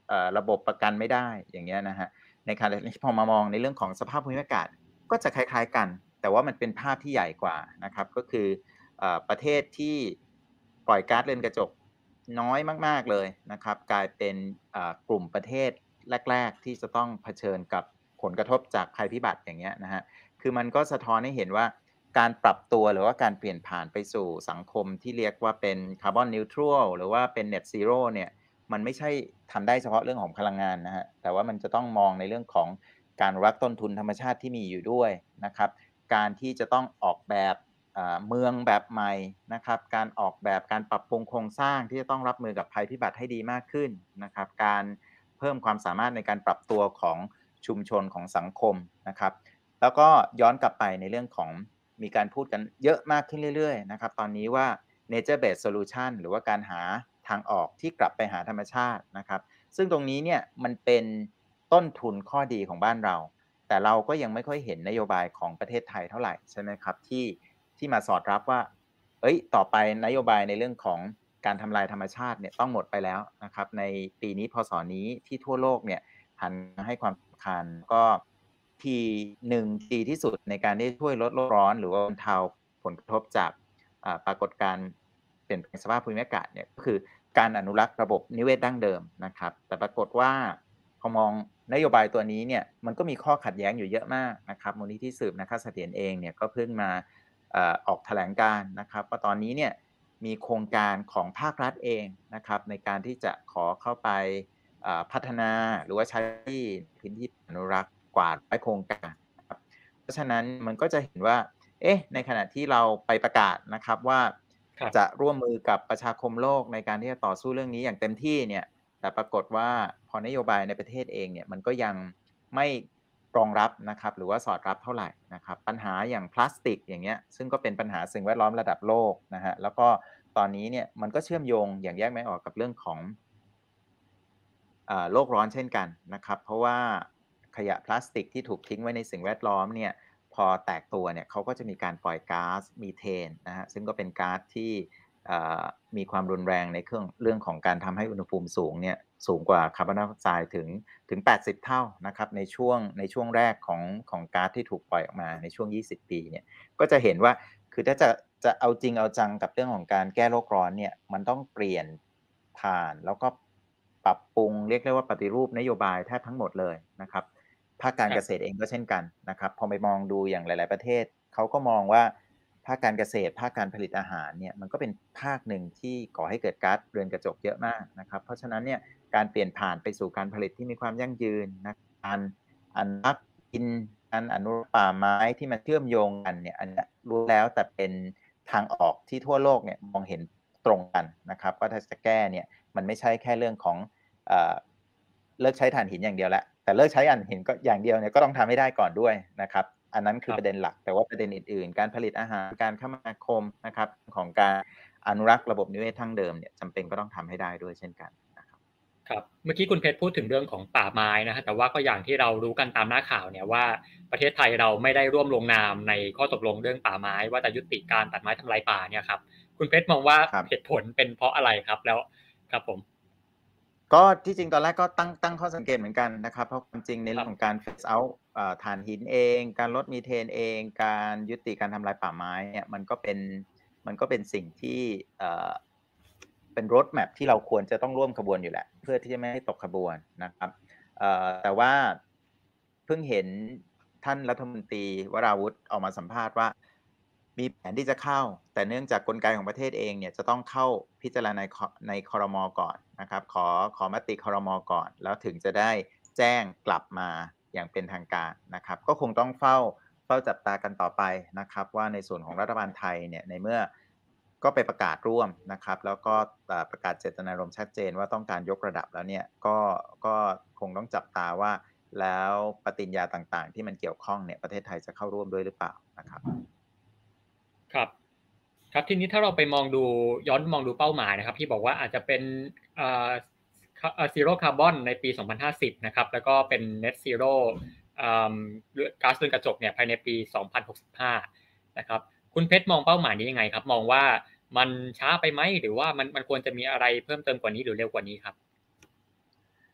เอ่อระบบประกันไม่ได้อย่างเงี้ยนะฮะในขณะที่พอมามองในเรื่องของสภาพภูมิอากาศก็จะคล้ายๆกันแต่ว่ามันเป็นภาพที่ใหญ่กว่านะครับก็คือเอ่อประเทศที่ปล่อยก๊าซเรือนกระจกน้อยมากๆเลยนะครับกลายเป็นเอ่อกลุ่มประเทศแรกๆที่จะต้องเผชิญกับผลกระทบจากภัยพิบัติอย่างเงี้ยนะฮะคือมันก็สะท้อนให้เห็นว่าการปรับตัวหรือว่าการเปลี่ยนผ่านไปสู่สังคมที่เรียกว่าเป็นคาร์บอนนิวทรัลหรือว่าเป็น Net Zero เนี่ยมันไม่ใช่ทำได้เฉพาะเรื่องของพลังงานนะฮะแต่ว่ามันจะต้องมองในเรื่องของการอนุรักษ์ต้นทุนธรรมชาติที่มีอยู่ด้วยนะครับการที่จะต้องออกแบบอ่าเมืองแบบใหม่นะครับการออกแบบการปรับปรุงโครงสร้างที่จะต้องรับมือกับภัยพิบัติให้ดีมากขึ้นนะครับการเพิ่มความสามารถในการปรับตัวของชุมชนของสังคมนะครับแล้วก็ย้อนกลับไปในเรื่องของมีการพูดกันเยอะมากขึ้นเรื่อยๆนะครับตอนนี้ว่า nature based solution หรือว่าการหาทางออกที่กลับไปหาธรรมชาตินะครับซึ่งตรงนี้เนี่ยมันเป็นต้นทุนข้อดีของบ้านเราแต่เราก็ยังไม่ค่อยเห็นนโยบายของประเทศไทยเท่าไหร่ใช่ไหมครับที่ที่มาสอดรับว่าเอ้ยต่อไปนโยบายในเรื่องของการทำลายธรรมชาติเนี่ยต้องหมดไปแล้วนะครับในปีนี้พศนี้ที่ทั่วโลกเนี่ยหันมาให้ความสำคัญก็ทีหนึ่งดีที่สุดในการที่ช่วยลดโลกร้อนหรือว่าบรรเทาผลกระทบจากอ่าปรากฏการณ์เปลี่ยนแปลงสภาพภูมิอากาศเนี่ยก็คือการอนุรักษ์ระบบนิเวศดั้งเดิมนะครับแต่ปรากฏว่าพอมองนโยบายตัวนี้เนี่ยมันก็มีข้อขัดแย้งอยู่เยอะมากนะครับมูลนิธิสืบนาคเสถียรเองเนี่ยก็เพิ่งมาเอ่อออกแถลงการณ์นะครับว่าตอนนี้เนี่ยมีโครงการของภาครัฐเองนะครับในการที่จะขอเข้าไปอ่าพัฒนาหรือว่าใช้พื้นที่อนุรักษ์กว่าร้อยโครงการนะครับเพราะฉะนั้นมันก็จะเห็นว่าเอ๊ะในขณะที่เราไปประกาศนะครับว่าครับจะร่วมมือกับประชาคมโลกในการที่จะต่อสู้เรื่องนี้อย่างเต็มที่เนี่ยแต่ปรากฏว่าพอนโยบายในประเทศเองเนี่ยมันก็ยังไม่รองรับนะครับหรือว่าสอดรับเท่าไหร่นะครับปัญหาอย่างพลาสติกอย่างเงี้ยซึ่งก็เป็นปัญหาสิ่งแวดล้อมระดับโลกนะฮะแล้วก็ตอนนี้เนี่ยมันก็เชื่อมโยงอย่างแยกไม่ออกกับเรื่องของอ่าโลกร้อนเช่นกันนะครับเพราะว่าขยะพลาสติกที่ถูกทิ้งไว้ในสิ่งแวดล้อมเนี่ยพอแตกตัวเนี่ยเขาก็จะมีการปล่อยก๊าซมีเทนนะฮะซึ่งก็เป็นก๊าซที่อ่ามีความรุนแรงในเครื่องเรื่องของการทำให้อุณหภูมิสูงเนี่ยสูงกว่าคาร์บอนไดออกไซด์ถึงถึงแปดสิบเท่านะครับในช่วงในช่วงแรกของของก๊าซที่ถูกปล่อยออกมาในช่วงยี่สิบปีเนี่ยก็จะเห็นว่าคือถ้าจะจะเอาจริงเอาจังกับเรื่องของการแก้โลกร้อนเนี่ยมันต้องเปลี่ยนผ่านแล้วก็ปรับปรุงเรียกได้ว่าปฏิรูปนโยบายแทบทั้งหมดเลยนะครับภาคการครับเกษตรเองก็เช่นกันนะครับพอไปมองดูอย่างหลาย ๆประเทศเขาก็มองว่าภาคการเกษตรภาคการผลิตอาหารเนี่ยมันก็เป็นภาคหนึ่งที่ก่อให้เกิดก๊าซเรือนกระจกเยอะมากนะครับเพราะฉะนั้นเนี่ยการเปลี่ยนผ่านไปสู่การผลิตที่มีความยั่งยืนนะการอนุรักษ์ดินการอนุรักษ์ป่าไม้ที่มันเชื่อมโยงกันเนี่ยอันนี้รู้แล้วแต่เป็นทางออกที่ทั่วโลกเนี่ยมองเห็นตรงกันนะครับว่าถ้าจะแก้เนี่ยมันไม่ใช่แค่เรื่องของเอ่อเลิกใช้ถ่านหินอย่างเดียวแล้วแต่เลิกใช้ถ่านหินก็อย่างเดียวเนี่ยก็ต้องทำให้ได้ก่อนด้วยนะครับอันนั้นคคือรับประเด็นหลักแต่ว่าประเด็นอื่นๆการผลิตอาหารการคมนาคมนะครับของการอนุรักษ์ระบบนิเวศทั้งเดิมเนี่ยจำเป็นก็ต้องทำให้ได้ด้วยเช่นกันนะครับครับเมื่อกี้คุณเพชรพูดถึงเรื่องของป่าไม้นะฮะแต่ว่าก็อย่างที่เรารู้กันตามหน้าข่าวเนี่ยว่าประเทศไทยเราไม่ได้ร่วมลงนามในข้อตกลงเรื่องป่าไม้ว่าจะยุติการตัดไม้ทำลายป่าเนี่ยครับคุณเพชรมองว่าครับเหตุผลเป็นเพราะอะไรครับแล้วครับผมก็ที่จริงตอนแรกก็ตั้งตั้งข้อสังเกตเหมือนกันนะครับเพราะความจริงในคเรื่รับองของการ phase out อ่าถ่านหินเอง การลดมีเทนเอง การยุติการทำลายป่าไม้เนี่ยมันก็เป็นมันก็เป็นสิ่งที่เอ่อเป็น road map ที่เราควรจะต้องร่วมขบวนอยู่แหละเพื่อที่จะไม่ให้ตกขบวนนะครับเอ่อแต่ว่าเพิ่งเห็นท่านรัฐมนตรีวราวุธออกมาสัมภาษณ์ว่ามีแผนที่จะเข้าแต่เนื่องจากกลไกของประเทศเองเนี่ยจะต้องเข้าพิจารณาในในครมก่อนนะครับขอขอมติครมก่อนแล้วถึงจะได้แจ้งกลับมาอย่างเป็นทางการนะครับก็คงต้องเฝ้าเฝ้าจับตากันต่อไปนะครับว่าในส่วนของรัฐบาลไทยเนี่ยในเมื่อก็ไปประกาศร่วมนะครับแล้วก็ประกาศเจตนารมณ์ชัดเจนว่าต้องการยกระดับแล้วเนี่ยก็ก็คงต้องจับตาว่าแล้วปฏิญญาต่างๆที่มันเกี่ยวข้องเนี่ยประเทศไทยจะเข้าร่วมด้วยหรือเปล่านะครับครับครับทีนี้ถ้าเราไปมองดูย้อนมองดูเป้าหมายนะครับที่บอกว่าอาจจะเป็นเอ่อซีโร่คาร์บอนในปีสองพันห้าสิบนะครับแล้วก็เป็น net zero ก๊าซเรือนกระจกเนี่ยภายในปีสองพันหกสิบห้านะครับคุณเพชรมองเป้าหมายนี้ยังไงครับมองว่ามันช้าไปไหมหรือว่ามันมันควรจะมีอะไรเพิ่มเติมกว่านี้หรือเร็วกว่านี้ครับ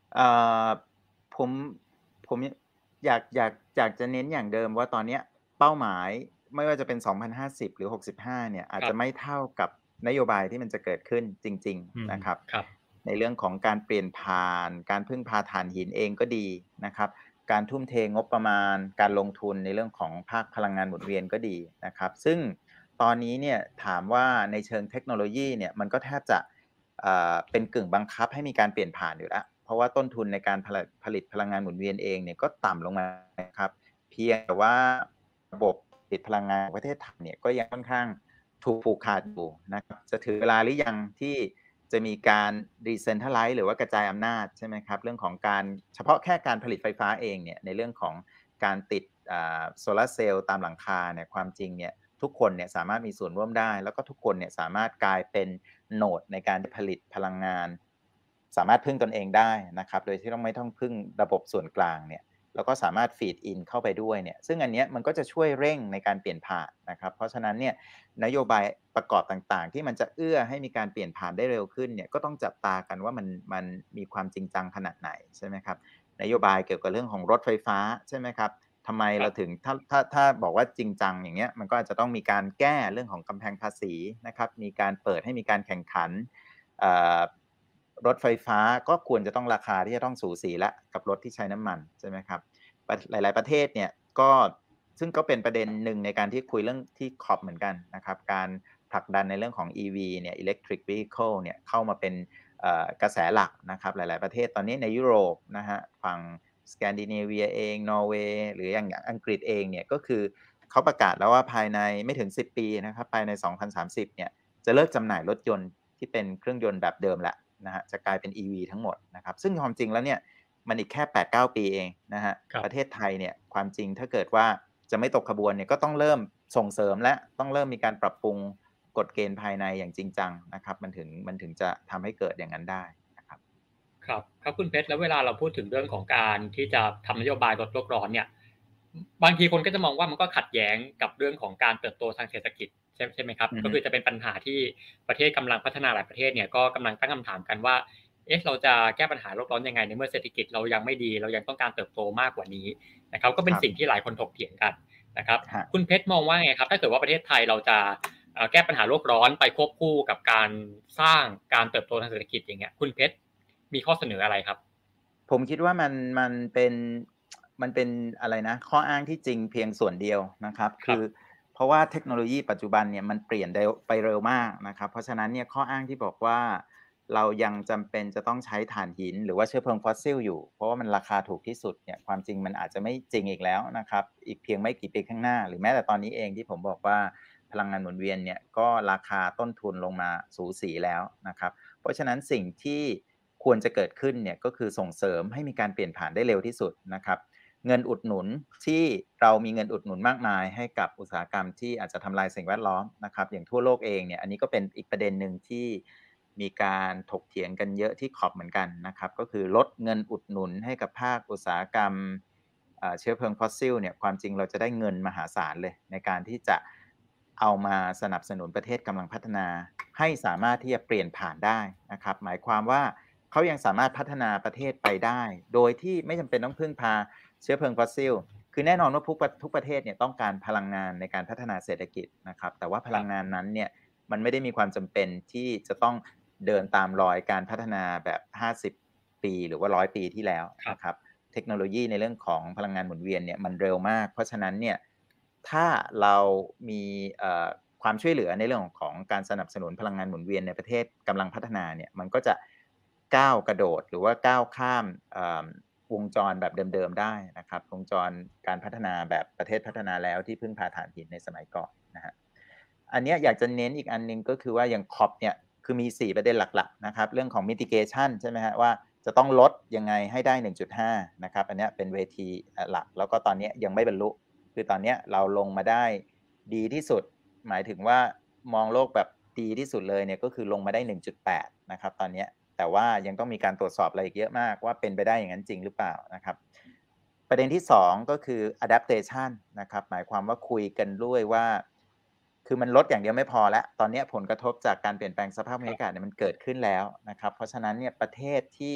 เอ่อผมผมอยากอยากอยากจะเน้นอย่างเดิมว่าตอนเนี้ยเป้าหมายไม่ว่าจะเป็นสองพันห้าสิบหรือหกสิบห้าเนี่ยอาจครับจะไม่เท่ากับนโยบายที่มันจะเกิดขึ้นจริงอืมๆนะครับครับในเรื่องของการเปลี่ยนผ่านการพึ่งพาถ่านหินเองก็ดีนะครับการทุ่มเทงบประมาณการลงทุนในเรื่องของภาคพลังงานหมุนเวียนก็ดีนะครับซึ่งตอนนี้เนี่ยถามว่าในเชิงเทคโนโลยีเนี่ยมันก็แทบจะ อ่าเป็นกึ่งบังคับให้มีการเปลี่ยนผ่านอยู่แล้วเพราะว่าต้นทุนในการผลิตผลิตพลังงานหมุนเวียนเองเนี่ยก็ต่ำลงมานะครับเพียงแต่ว่าระบบผลิตพลังงานของประเทศไทยเนี่ยก็ยังค่อนข้างถูกผูกขาดอยู่นะครับจะถึงเวลาหรือยังที่จะมีการ decentralize หรือว่ากระจายอำนาจใช่ไหมครับเรื่องของการเฉพาะแค่การผลิตไฟฟ้าเองเนี่ยในเรื่องของการติดโซลาร์เซลล์ตามหลังคาเนี่ยความจริงเนี่ยทุกคนเนี่ยสามารถมีส่วนร่วมได้แล้วก็ทุกคนเนี่ยสามารถกลายเป็น โหนดในการผลิตพลังงานสามารถพึ่งตนเองได้นะครับโดยที่ต้องไม่ต้องพึ่งระบบส่วนกลางเนี่ยแล้วก็สามารถฟีดอินเข้าไปด้วยเนี่ยซึ่งอันเนี้ยมันก็จะช่วยเร่งในการเปลี่ยนผ่านนะครับเพราะฉะนั้นเนี่ยนโยบายประกอบต่างๆที่มันจะเอื้อให้มีการเปลี่ยนผ่านได้เร็วขึ้นเนี่ยก็ต้องจับตากันว่ามันมันมีความจริงจังขนาดไหนใช่ไหมครับนโยบายเกี่ยวกับเรื่องของรถไฟฟ้าใช่ไหมครับทำไมครับเราถึงถ้าถ้าถ้าบอกว่าจริงจังอย่างเงี้ยมันก็อาจจะต้องมีการแก้เรื่องของกำแพงภาษีนะครับมีการเปิดให้มีการแข่งขันรถไฟฟ้าก็ควรจะต้องราคาที่จะต้องสูสีแล้วกับรถที่ใช้น้ำมันใช่ไหมครับหลายๆประเทศเนี่ยก็ซึ่งก็เป็นประเด็นหนึ่งในการที่คุยเรื่องที่ขอบเหมือนกันนะครับการผลักดันในเรื่องของ อี วี เนี่ย Electric Vehicle เนี่ยเข้ามาเป็นกระแสหลักนะครับหลายๆประเทศตอนนี้ในยุโรปนะฮะฝั่งสแกนดิเนเวียเองนอร์เวย์หรืออย่างอังกฤษเองเนี่ยก็คือเขาประกาศแล้วว่าภายในไม่ถึงสิบปีนะครับภายในสองพันสามสิบเนี่ยจะเลิกจำหน่ายรถยนต์ที่เป็นเครื่องยนต์แบบเดิมแล้วนะฮะจะกลายเป็น อี วี ทั้งหมดนะครับซึ่งความจริงแล้วเนี่ยมันอีกแค่ แปดถึงเก้า ปีเองนะฮะประเทศครับไทยเนี่ยความจริงถ้าเกิดว่าจะไม่ตกขบวนเนี่ยก็ต้องเริ่มส่งเสริมและต้องเริ่มมีการปรับปรุงกฎเกณฑ์ภายในอย่างจริงจังนะครับมันถึงมันถึงจะทำให้เกิดอย่างนั้นได้นะครับครับครับคุณเพชรแล้วเวลาเราพูดถึงเรื่องของการที่จะทำนโยบายลดโลกร้อนเนี่ยบางทีคนก็จะมองว่ามันก็ขัดแย้งกับเรื่องของการเติบโตทางเศรษฐกิจใช่ใช่ไหมครับอือฮึก็คือจะเป็นปัญหาที่ประเทศกำลังพัฒนาหลายประเทศเนี่ยก็กำลังตั้งคำถามกันว่าเอ๊ะเราจะแก้ปัญหาโลกร้อนยังไงในเมื่อเศรษฐกิจเรายังไม่ดีเรายังต้องการเติบโตมากกว่านี้นะครับก็เป็นครับสิ่งที่หลายคนถกเถียงกันนะครับฮะคุณเพชรมองว่าไงครับถ้าเกิดว่าประเทศไทยเราจะแก้ปัญหาโลกร้อนไปควบคู่กับการสร้างการเติบโตทางเศรษฐกิจอย่างเงี้ยคุณเพชรมีข้อเสนออะไรครับผมคิดว่ามันมันเป็นมันเป็นอะไรนะข้ออ้างที่จริงเพียงส่วนเดียวนะครับครับคือเพราะว่าเทคโนโลยีปัจจุบันเนี่ยมันเปลี่ยนเร็วไปเร็วมากนะครับเพราะฉะนั้นเนี่ยข้ออ้างที่บอกว่าเรายังจำเป็นจะต้องใช้ถ่านหินหรือว่าเชื้อเพลิงฟอสซิลอยู่เพราะว่ามันราคาถูกที่สุดเนี่ยความจริงมันอาจจะไม่จริงอีกแล้วนะครับอีกเพียงไม่กี่ปีข้างหน้าหรือแม้แต่ตอนนี้เองที่ผมบอกว่าพลังงานหมุนเวียนเนี่ยก็ราคาต้นทุนลงมาสูสีแล้วนะครับ เพราะฉะนั้นสิ่งที่ควรจะเกิดขึ้นเนี่ยก็คือส่งเสริมให้มีการเปลี่ยนผ่านได้เร็วที่สุดนะครับเงินอุดหนุนที่เรามีเงินอุดหนุนมากมายให้กับอุตสาหกรรมที่อาจจะทำลายสิ่งแวดล้อมนะครับอย่างทั่วโลกเองเนี่ยอันนี้ก็เป็นอีกประเด็นหนึ่งที่มีการถกเถียงกันเยอะที่ขอบเหมือนกันนะครับก็คือลดเงินอุดหนุนให้กับภาคอุตสาหกรรมเชื้อเพลิงฟอสซิลเนี่ยความจริงเราจะได้เงินมหาศาลเลยในการที่จะเอามาสนับสนุนประเทศกำลังพัฒนาให้สามารถที่จะเปลี่ยนผ่านได้นะครับหมายความว่าเขายังสามารถพัฒนาประเทศไปได้โดยที่ไม่จำเป็นต้องพึ่งพาเชื้อเพลิงฟอสซิลคือแน่นอนว่าทุกทุกประเทศเนี่ยต้องการพลังงานในการพัฒนาเศรษฐกิจนะครับแต่ว่าพครับลังงานนั้นเนี่ยมันไม่ได้มีความจำเป็นที่จะต้องเดินตามรอยการพัฒนาแบบห้าสิบปีหรือว่าหนึ่งร้อยปีที่แล้วครับนะครับเทคโนโลยีในเรื่องของพลังงานหมุนเวียนเนี่ยมันเร็วมากเพราะฉะนั้นเนี่ยถ้าเรามีความช่วยเหลือในเรื่องของการสนับสนุนพลังงานหมุนเวียนในประเทศกำลังพัฒนาเนี่ยมันก็จะก้าวกระโดดหรือว่าก้าวข้ามวงจรแบบเดิมๆได้นะครับวงจรการพัฒนาแบบประเทศพัฒนาแล้วที่พึ่งพาถ่านหินในสมัยก่อนนะฮะอันนี้อยากจะเน้นอีกอันนึงก็คือว่าอย่างคอปเนี่ยคือมีสี่ประเด็นหลักๆนะครับเรื่องของ mitigation ใช่ไหมฮะว่าจะต้องลดยังไงให้ได้ หนึ่งจุดห้า นะครับอันนี้เป็นเวทีหลักแล้วก็ตอนนี้ยังไม่บรรลุคือตอนนี้เราลงมาได้ดีที่สุดหมายถึงว่ามองโลกแบบดีที่สุดเลยเนี่ยก็คือลงมาได้ หนึ่งจุดแปด นะครับตอนนี้แต่ว่ายังต้องมีการตรวจสอบอะไรอีกเยอะมากว่าเป็นไปได้อย่างนั้นจริงหรือเปล่านะครับประเด็นที่สองก็คือ adaptation นะครับหมายความว่าคุยกันด้วยว่าคือมันลดอย่างเดียวไม่พอแล้วตอนนี้ผลกระทบจากการเปลี่ยนแปลงสภาพภูมิอากาศเนี่ยมันเกิดขึ้นแล้วนะครับเพราะฉะนั้นเนี่ยประเทศที่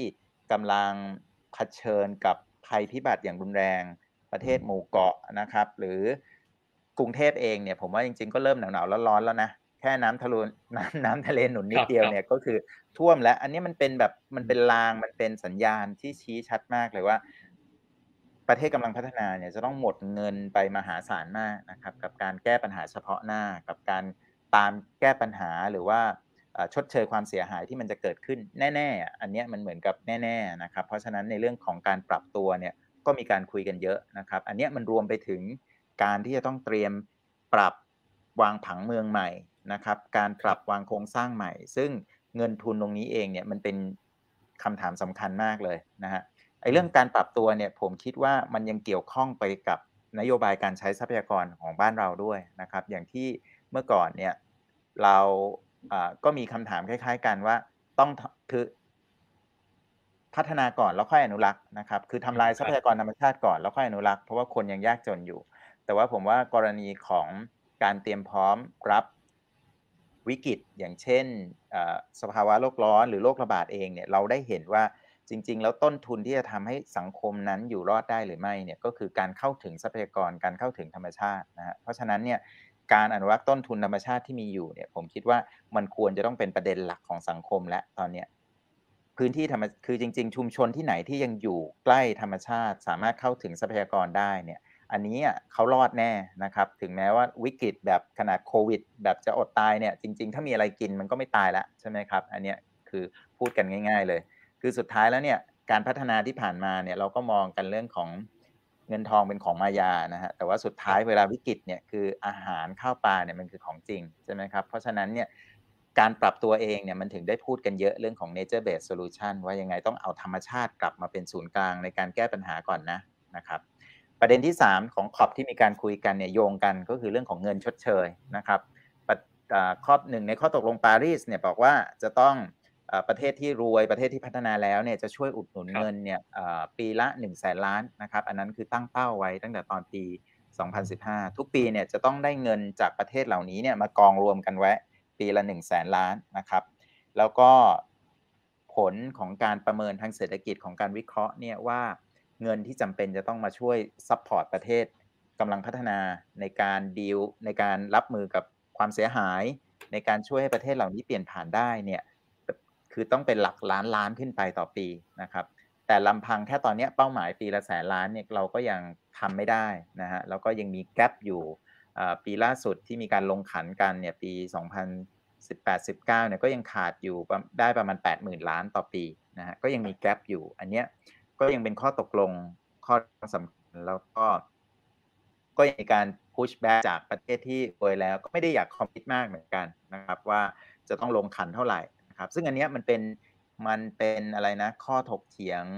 กำลังเผชิญกับภัยพิบัติอย่างรุนแรงประเทศหมู่เกาะนะครับหรือกรุงเทพเองเนี่ยผมว่าจริงๆก็เริ่มหนาวๆร้อนๆแล้วนะแค่น้ำทะลุน้ำน้ำทะเลหนุนคนิดเดียวรับเนี่ยก็คือท่วมแล้วอันนี้มันเป็นแบบๆอืมมันเป็นลางมันเป็นสัญญาณที่ชี้ชัดมากเลยว่าประเทศกำลังพัฒนาเนี่ยจะต้องหมดเงินไปมหาศาลมากนะครับกับการแก้ปัญหาเฉพาะหน้ากับการตามแก้ปัญหาหรือว่าเอ่อชดเชยความเสียหายที่มันจะเกิดขึ้นแน่ๆอะอันเนี้ยมันเหมือนกับแน่ๆนะครับเพราะฉะนั้นในเรื่องของการปรับตัวเนี่ยก็มีการคุยกันเยอะนะครับอันเนี้ยมันรวมไปถึงการที่จะต้องเตรียมปรับวางผังเมืองใหม่นะครับการปรับครับวางโครงสร้างใหม่ซึ่งเงินทุนตรงนี้เองเนี่ยมันเป็นคำถามสำคัญมากเลยนะฮะไอ้อืมเรื่องการปรับตัวเนี่ยผมคิดว่ามันยังเกี่ยวข้องไปกับนโยบายการใช้ทรัพยากรของบ้านเราด้วยนะครับอย่างที่เมื่อก่อนเนี่ยเราอ่าก็มีคำถามคล้ายๆกันว่าต้องทคือพัฒนาก่อนแล้วค่อยอนุรักษ์นะครับคืออืทำลายทรัพมครับยากรธรรมชาติก่อนแล้วค่อยอนุรักษ์เพราะว่าคนยังยากจนอยู่แต่ว่าผมว่ากรณีของการเตรียมพร้อมรับวิกฤตอย่างเช่นเอ่อสภาวะโลกร้อนหรือโรคระบาดเองเนี่ยเราได้เห็นว่าจริงๆแล้วต้นทุนที่จะทำให้สังคมนั้นอยู่รอดได้หรือไม่เนี่ยก็คือการเข้าถึงทรัพยากรการเข้าถึงธรรมชาตินะครับเพราะฉะนั้นเนี่ยการอนุรักษ์ต้นทุนธรรมชาติที่มีอยู่เนี่ยผมคิดว่ามันควรจะต้องเป็นประเด็นหลักของสังคมแล้วตอนเนี้ย พื้นที่ธรรมคือจริงๆชุมชนที่ไหนที่ยังอยู่ใกล้ธรรมชาติสามารถเข้าถึงทรัพยากรได้เนี่ยอันนี้อะเขารอดแน่นะครับถึงแม้ว่าวิกฤตแบบขนาดโควิดแบบจะอดตายเนี่ยจริงๆถ้ามีอะไรกินมันก็ไม่ตายแล้วใช่ไหมครับอันเนี้ยคือพูดกันง่ายๆเลยคือสุดท้ายแล้วเนี่ยการพัฒนาที่ผ่านมาเนี่ยเราก็มองกันเรื่องของเงินทองเป็นของมายานะครับแต่ว่าสุดคท้ารับยเวลาวิกฤตเนี่ยคืออาหารข้าวปลาเนี่ยมันคือของจริงใช่ไหมครับเพราะฉะนั้นเนี่ย การปรับตัวเองเนี่ยมันถึงได้พูดกันเยอะเรื่องของ nature based solution ว่ายังไงต้องเอาธรรมชาติกลับมาเป็นศูนย์กลางในการแก้ปัญหาก่อนนะนะครับประเด็นที่สามของ ซี โอ พี ที่มีการคุยกันเนี่ยโยงกันก็คือเรื่องของเงินชดเชยนะครับปะอ่าข้อหนึ่งในข้อตกลงปารีสเนี่ยบอกว่าจะต้องเอ่อประเทศที่รวยประเทศที่พัฒนาแล้วเนี่ยจะช่วยอุดหนุนครับเงินเนี่ยเอ่อปีละหนึ่งแสนล้านนะครับอันนั้นคือตั้งเป้าไว้ตั้งแต่ตอนปีสองพันสิบห้าทุกปีเนี่ยจะต้องได้เงินจากประเทศเหล่านี้เนี่ยมากองรวมกันไว้ ปีละหนึ่งแสนล้านนะครับแล้วก็ผลของการประเมินทางเศรษฐกิจของการวิเคราะห์เนี่ยว่าเงินที่จำเป็นจะต้องมาช่วยซัพพอร์ตประเทศกำลังพัฒนาในการดีลในการรับมือกับความเสียหายในการช่วยให้ประเทศเหล่านี้เปลี่ยนผ่านได้เนี่ยคือต้องเป็นหลักล้านล้านขึ้นไปต่อปีนะครับแต่ลำพังแค่ตอนนี้เป้าหมายปีละแสนล้านเนี่ยเราก็ยังทำไม่ได้นะฮะแล้วก็ยังมีแกลบอยู่ ปีล่าสุดที่มีการลงขันกันเนี่ยปีสองพันสิบแปด สิบเก้าเนี่ยก็ยังขาดอยู่ได้ประมาณ แปดหมื่น ล้านต่อปีนะฮะก็ยังมีแกลบอยู่อันเนี้ยก็ยังเป็นข้อตกลงข้อสำคัญแล้วก็ก็ยังมีการ push back จากประเทศที่รวยแล้วก็ไม่ได้อยากคอมมิตมากเหมือนกันนะครับว่าจะต้องลงขันเท่าไหร่นะครับซึ่งอันเนี้ยมันเป็นมันเป็นอะไรนะข้อถกเถียง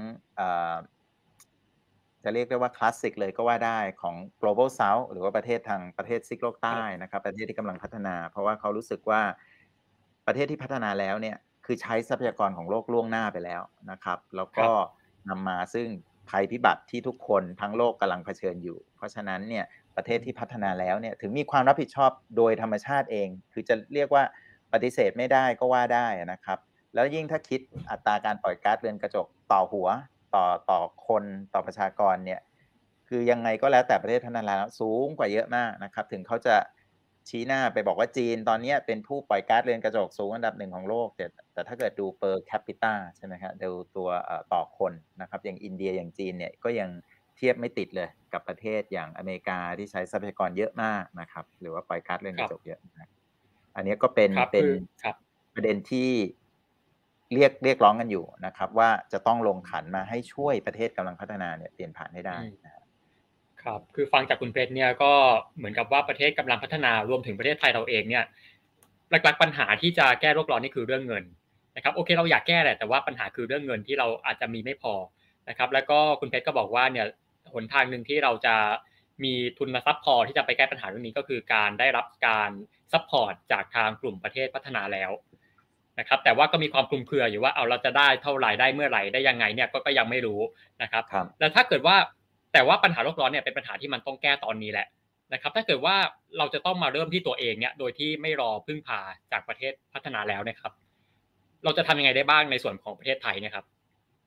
จะเรียกได้ว่าคลาสสิกเลยก็ว่าได้ของ global south หรือว่าประเทศทางประเทศซีกโลกครัใต้บนะครับประเทศที่กำลังพัฒนาเพราะว่าเขารู้สึกว่าประเทศที่พัฒนาแล้วเนี่ยคือใช้ทรัพยากรของโลกล่วงหน้าไปแล้วนะครับแล้วก็ครับนำมาซึ่งภัยพิบัติที่ทุกคนทั้งโลกกำลังเผชิญอยู่เพราะฉะนั้นเนี่ยประเทศที่พัฒนาแล้วเนี่ยถึงมีความรับผิดชอบโดยธรรมชาติเองคือจะเรียกว่าปฏิเสธไม่ได้ก็ว่าได้นะครับ แล้วยิ่งถ้าคิดอัตราการปล่อยก๊าซเรือนกระจกต่อหัวต่อต่อคนต่อประชากรเนี่ยคือยังไงก็แล้วแต่ประเทศพัฒนาแล้วสูงกว่าเยอะมากนะครับถึงเขาจะชี้หน้าไปบอกว่าจีนตอนนี้เป็นผู้ปล่อยก๊าซเรือนกระจกสูงอันดับหนึ่งของโลกแต่แต่ถ้าเกิดดู per capita ใช่ไหมครับดูตัวต่อคนนะครับอย่างอินเดียอย่างจีนเนี่ยก็ยังเทียบไม่ติดเลยกับประเทศอย่างอเมริกาที่ใช้ทรัพยากรเยอะมากนะครับหรือว่าปล่อยก๊าซเรือนกระจกเยครับอะมาก อันนี้ก็เป็นเป็นครับคือครับประเด็นที่เรียกเรียกร้องกันอยู่นะครับว่าจะต้องลงขันมาให้ช่วยประเทศกำลังพัฒนาเนี่ยเปลี่ยนผ่านให้ได้อืมนะครับครับคือฟังจากคุณเพชรเนี่ยก็เหมือนกับว่าประเทศกำลังพัฒนารวมถึงประเทศไทยเราเองเนี่ยหลักๆปัญหาที่จะแก้โลกร้อนนี่คือเรื่องเงินนะครับโอเคเราอยากแก้แหละแต่ว่าปัญหาคือเรื่องเงินที่เราอาจจะมีไม่พอนะครับแล้วก็คุณเพชรก็บอกว่าเนี่ยหนทางหนึ่งที่เราจะมีทุนทรัพย์พอที่จะไปแก้ปัญหาเรื่องนี้ก็คือการได้รับการซัพพอร์ตจากทางกลุ่มประเทศพัฒนาแล้วนะครับแต่ว่าก็มีความคลุมเครืออยู่ว่าเอาเราจะได้เท่าไหร่ได้เมื่อไหร่ได้ยังไงเนี่ยก็ก็ยังไม่รู้นะครับครับแล้วถ้าเกิดว่าแต่ว่าปัญหาโลกร้อนเนี่ยเป็นปัญหาที่มันต้องแก้ตอนนี้แหละนะครับถ้าเกิดว่าเราจะต้องมาเริ่มที่ตัวเองเนี่ยโดยที่ไม่รอพึ่งพาจากประเทศพัฒนาแล้วเนี่ยครับเราจะทำยังไงได้บ้างในส่วนของประเทศไทยเนี่ยครับ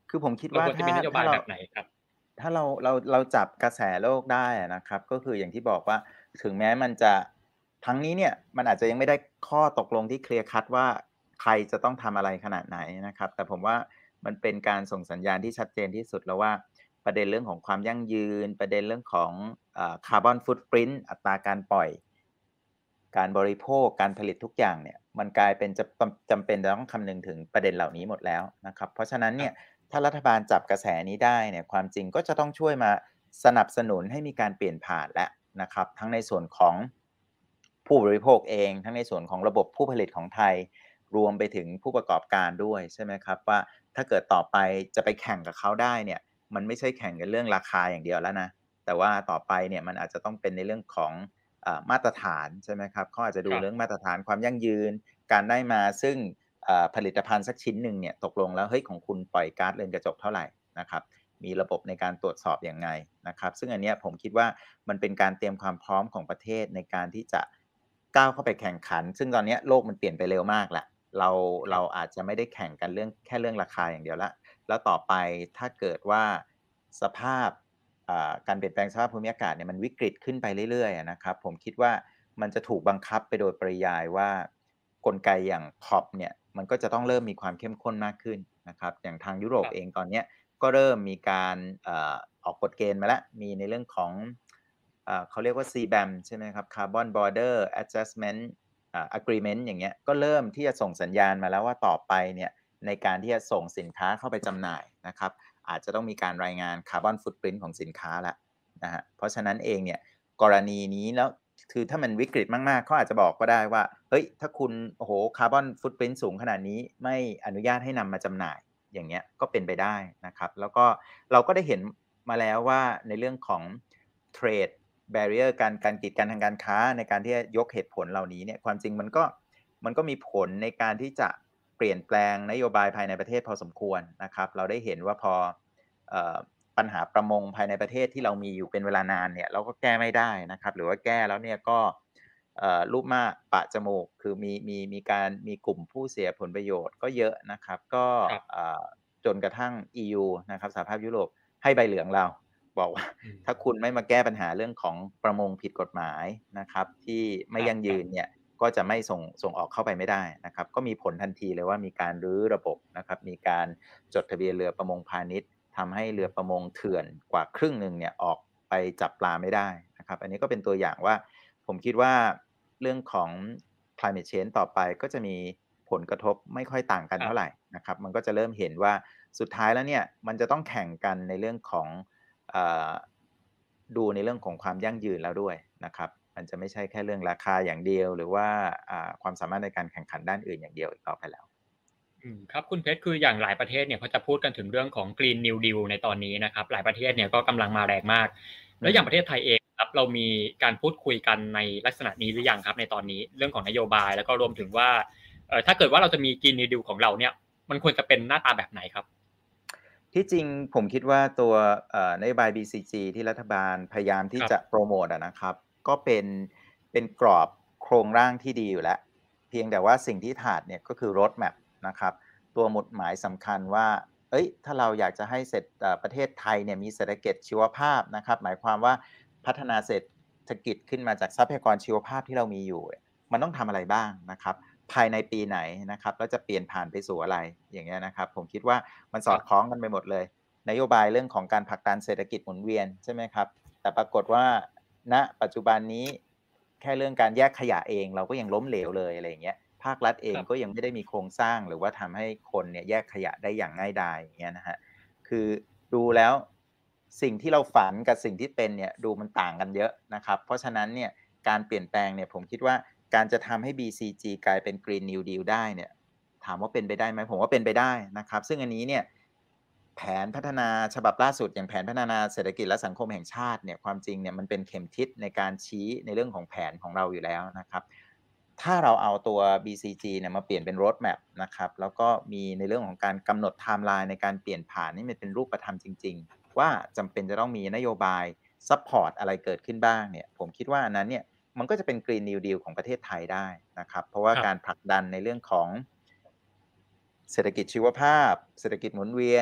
คือผมคิดเราควรจะว่าถ้ามีนโยบายถ้าเราแบบไหนครับถ้าเราเราเราจับกระแสโลกได้อะนะครับก็คืออย่างที่บอกว่าถึงแม้มันจะทั้งนี้เนี่ยมันอาจจะยังไม่ได้ข้อตกลงที่เคลียร์คัตว่าใครจะต้องทำอะไรขนาดไหนนะครับแต่ผมว่ามันเป็นการส่งสัญญาณที่ชัดเจนที่สุดแล้วว่าประเด็นเรื่องของความยั่งยืนประเด็นเรื่องของอ่า Carbon Footprint อัตราการปล่อยการบริโภคการผลิตทุกอย่างเนี่ยมันกลายเป็นจะจำจำเป็นจะต้องคำนึงถึงประเด็นเหล่านี้หมดแล้วนะครับเพราะฉะนั้นเนี่ยครับถ้ารัฐบาลจับกระแสนี้ได้เนี่ยความจริงก็จะต้องช่วยมาสนับสนุนให้มีการเปลี่ยนผ่านแล้วนะครับทั้งในส่วนของผู้บริโภคเองทั้งในส่วนของระบบผู้ผลิตของไทยรวมไปถึงผู้ประกอบการด้วยใช่ไหมครับว่าถ้าเกิดต่อไปจะไปแข่งกับเขาได้เนี่ยมันไม่ใช่แข่งกันเรื่องราคาอย่างเดียวแล้วนะแต่ว่าต่อไปเนี่ยมันอาจจะต้องเป็นในเรื่องของอ่ามาตรฐานใช่ไหมครับเขาอาจจะคดูรับเรื่องมาตรฐานความยั่งยืนการได้มาซึ่งอ่าผลิตภัณฑ์สักชิ้นหนึ่งเนี่ยตกลงแล้วเฮ้ยของคุณปล่อยก๊าซเรือนกระจกเท่าไรนะครับมีระบบในการตรวจสอบยังไงนะครับซึ่งอันเนี้ยผมคิดว่ามันเป็นการเตรียมความพร้อมของประเทศในการที่จะก้าวเข้าไปแข่งขันซึ่งตอนเนี้ยโลกมันเปลี่ยนไปเร็วมากแล้วเราเราครับอาจจะไม่ได้แข่งกันเรื่องแค่เรื่องราคาอย่างเดียวแล้วแล้วต่อไปถ้าเกิดว่าสภาพ อ่าการเปลี่ยนแปลงสภาพภูมิอากาศเนี่ยมันวิกฤตขึ้นไปเรื่อยๆอะนะครับผมคิดว่ามันจะถูกบังคับไปโดยปริยายว่ากลไกอย่าง ซี โอ พี เนี่ยมันก็จะต้องเริ่มมีความเข้มข้นมากขึ้นนะครับอย่างทางยุโรปเองครับตอนเนี้ยก็เริ่มมีการเอ่อออกกฎเกณฑ์มาแล้วมีในเรื่องของอ่าเขาเรียกว่า ซี บี เอ เอ็ม ใช่ไหมครับ Carbon Border Adjustment อ่า Agreement อย่างเงี้ยก็เริ่มที่จะส่งสัญญาณมาแล้วว่าต่อไปเนี่ยในการที่จะส่งสินค้าเข้าไปจำหน่ายนะครับ อาจจะต้องมีการรายงานคาร์บอนฟุตปรินต์ของสินค้าแล้วนะฮะเพราะฉะนั้นเองเนี่ยกรณีนี้แล้วคือถ้ามันวิกฤตมากๆเขาอาจจะบอกก็ได้ว่าเฮ้ยถ้าคุณโอ้โหคาร์บอนฟุตปรินต์สูงขนาดนี้ไม่อนุญาตให้นำมาจำหน่ายอย่างเงี้ยก็เป็นไปได้นะครับแล้วก็เราก็ได้เห็นมาแล้วว่าในเรื่องของเทรด barrier การการกีดกันทางการค้าในการที่จะยกเหตุผลเหล่านี้เนี่ยความจริงมันก็มันก็มีผลในการที่จะ เปลี่ยนแปลงนโยบายภายในประเทศพอสมควรนะครับเราได้เห็นว่าพอเอ่อปัญหาประมงภายในประเทศที่เรามีอยู่เป็นเวลานานเนี่ยเราก็แก้ไม่ได้นะครับหรือว่าแก้แล้วเนี่ยก็เอ่อรูปมากปะจมูกคือมีมีมีการมีกลุ่มผู้เสียผลประโยชน์ก็เยอะนะครับก็ครับอ่าจนกระทั่ง อี ยู นะครับสหภาพยุโรปให้ใบเหลืองเราบอกว่าอืมถ้าคุณไม่มาแก้ปัญหาเรื่องของประมงผิดกฎหมายนะครับที่คไม่รับยั่งครับยืนเนี่ย ก็จะไม่ส่งส่งออกเข้าไปไม่ได้นะครับก็มีผลทันทีเลยว่ามีการรื้อระบบนะครับมีการจดทะเบียนเรือประมงพาณิชย์ทำให้เรือประมงเถื่อนกว่าครึ่งหนึ่งเนี่ยออกไปจับปลาไม่ได้นะครับอันนี้ก็เป็นตัวอย่างว่าผมคิดว่าเรื่องของ climate change ต่อไปก็จะมีผลกระทบไม่ค่อยต่างกันครับเท่าไหร่นะครับมันก็จะเริ่มเห็นว่าสุดท้ายแล้วเนี่ยมันจะต้องแข่งกันในเรื่องของเอ่อดูในเรื่องของความยั่งยืนแล้วด้วยนะครับ มันจะไม่ใช่แค่เรื่องราคาอย่างเดียวหรือว่าอ่าความสามารถในการแข่งขันด้านอื่นอย่างเดียวอีกต่อไปแล้วอืมครับคุณเพชรคืออย่างหลายประเทศเนี่ยเขาจะพูดกันถึงเรื่องของ Green New Deal ในตอนนี้นะครับหลายประเทศเนี่ยก็กำลังมาแรงมากอืมแล้วอย่างประเทศไทยเองครับเรามีการพูดคุยกันในลักษณะนี้หรือยังครับในตอนนี้เรื่องของนโยบายแล้วก็รวมถึงว่าเอ่อถ้าเกิดว่าเราจะมี Green New Deal ของเราเนี่ยมันควรจะเป็นหน้าตาแบบไหนครับที่จริงผมคิดว่าตัวเอ่อนโยบาย บี ซี จี ที่รัฐบาลพยายามคที่รับจะโปรโมตอะนะครับก็เป็นเป็นกรอบโครงร่างที่ดีอยู่แล้วเพียงแต่ว่าสิ่งที่ขาดเนี่ยก็คือ Road Map นะครับตัวหมุดหมายสำคัญว่าเอ้ยถ้าเราอยากจะให้เสร็จเอ่อประเทศไทยเนี่ยมีเศรษฐกิจชีวภาพนะครับหมายความว่าพัฒนาเศรษฐกิจขึ้นมาจากทรัพยากรชีวภาพที่เรามีอยู่มันต้องทำอะไรบ้างนะครับ ภายในปีไหนนะครับแล้วจะเปลี่ยนผ่านไปสู่อะไรอย่างเงี้ยนะครับผมคิดว่ามันสอดคล้ครับองกันไปหมดเลยนโยบายเรื่องของการผลักดันเศรษฐกิจหมุนเวียนใช่ไหมครับแต่ปรากฏว่าณปัจจุบันนี้แค่เรื่องการแยกขยะเองเราก็ยังล้มเหลวเลยอะไรอย่างเงี้ยภาครัฐเองก็ครับยังไม่ได้มีโครงสร้างหรือว่าทำให้คนเนี่ยแยกขยะได้อย่างง่ายดายอย่างเงี้ยนะฮะคือดูแล้วสิ่งที่เราฝันกับสิ่งที่เป็นเนี่ยดูมันต่างกันเยอะนะครับเพราะฉะนั้นเนี่ยการเปลี่ยนแปลงเนี่ยผมคิดว่า การจะทำให้ บี ซี จี กลายเป็น Green New Deal ได้เนี่ยถามว่าเป็นไปได้ไหมผมว่าเป็นไปได้นะครับซึ่งอันนี้เนี่ยแผนพัฒนาฉบับล่าสุดอย่างแผนพัฒนาเศรษฐกิจและสังคมแห่งชาติเนี่ยความจริงเนี่ยมันเป็นเข็มทิศในการชี้ในเรื่องของแผนของเราอยู่แล้วนะครับถ้าเราเอาตัว บี ซี จี เนี่ยมาเปลี่ยนเป็น Road Map นะครับแล้วก็มีในเรื่องของการกำหนดไทม์ไลน์ในการเปลี่ยนผ่านให้มันเป็นรูปธรรมจริงๆว่าจำเป็นจะต้องมีนโยบายซัปพอร์ตอะไรเกิดขึ้นบ้างเนี่ยผมคิดว่าอันนั้นเนี่ย มันก็จะเป็น Green New Deal ของประเทศไทยได้นะครับเพราะว่าครับการผลักดันในเรื่องของเศรษฐกิจชีวภาพเศรษฐกิจหมุนเวียน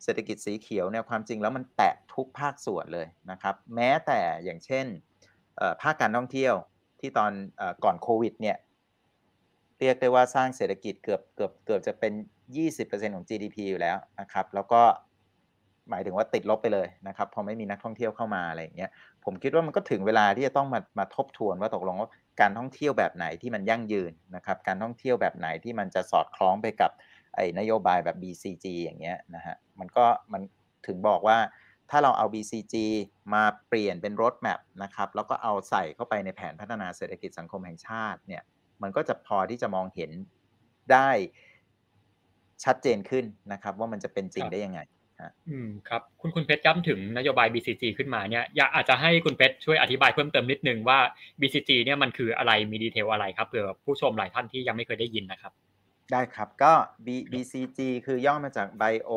เศรษฐกิจสีเขียวเนี่ยความจริงแล้วมันแตะทุกภาคส่วนเลยนะครับแม้แต่อย่างเช่นภาคการท่องเที่ยวที่ตอนก่อนโควิดเนี่ยเรียกได้ว่าสร้างเศรษฐกิจเกือบเกือบเกือบจะเป็น ยี่สิบเปอร์เซ็นต์ ของ จี ดี พี อยู่แล้วนะครับแล้วก็หมายถึงว่าติดลบไปเลยนะครับพอไม่มีนักท่องเที่ยวเข้ามาอะไรอย่างเงี้ยผมคิดว่ามันก็ถึงเวลาที่จะต้องมามาทบทวนว่าตกลงว่าการท่องเที่ยวแบบไหนที่มันยั่งยืนนะครับการท่องเที่ยวแบบไหนที่มันจะสอดคล้องไปกับไอ้นโยบายแบบ บี ซี จี อย่างเงี้ยนะฮะมันก็มันถึงบอกว่าถ้าเราเอา บี ซี จี มาเปลี่ยนเป็น road map นะครับแล้วก็เอาใส่เข้าไปในแผนพัฒนาเศรษฐกิจสังคมแห่งชาติเนี่ยมันก็จะพอที่จะมองเห็นได้ชัดเจนขึ้นนะครับว่ามันจะเป็นจริงได้ยังไงอืมครับคุณคุณเพชรย้ำถึงนโยบาย บี ซี จี ขึ้นมาเนี่ยอยากอาจจะให้คุณเพชรช่วยอธิบายเพิ่มเติมนิดนึงว่า บี ซี จี เนี่ยมันคืออะไรมีดีเทลอะไรครับเผื่อผู้ชมหลายท่านที่ยังไม่เคยได้ยินนะครับได้ครับก็ B บี ซี จี คือย่อมาจาก Bio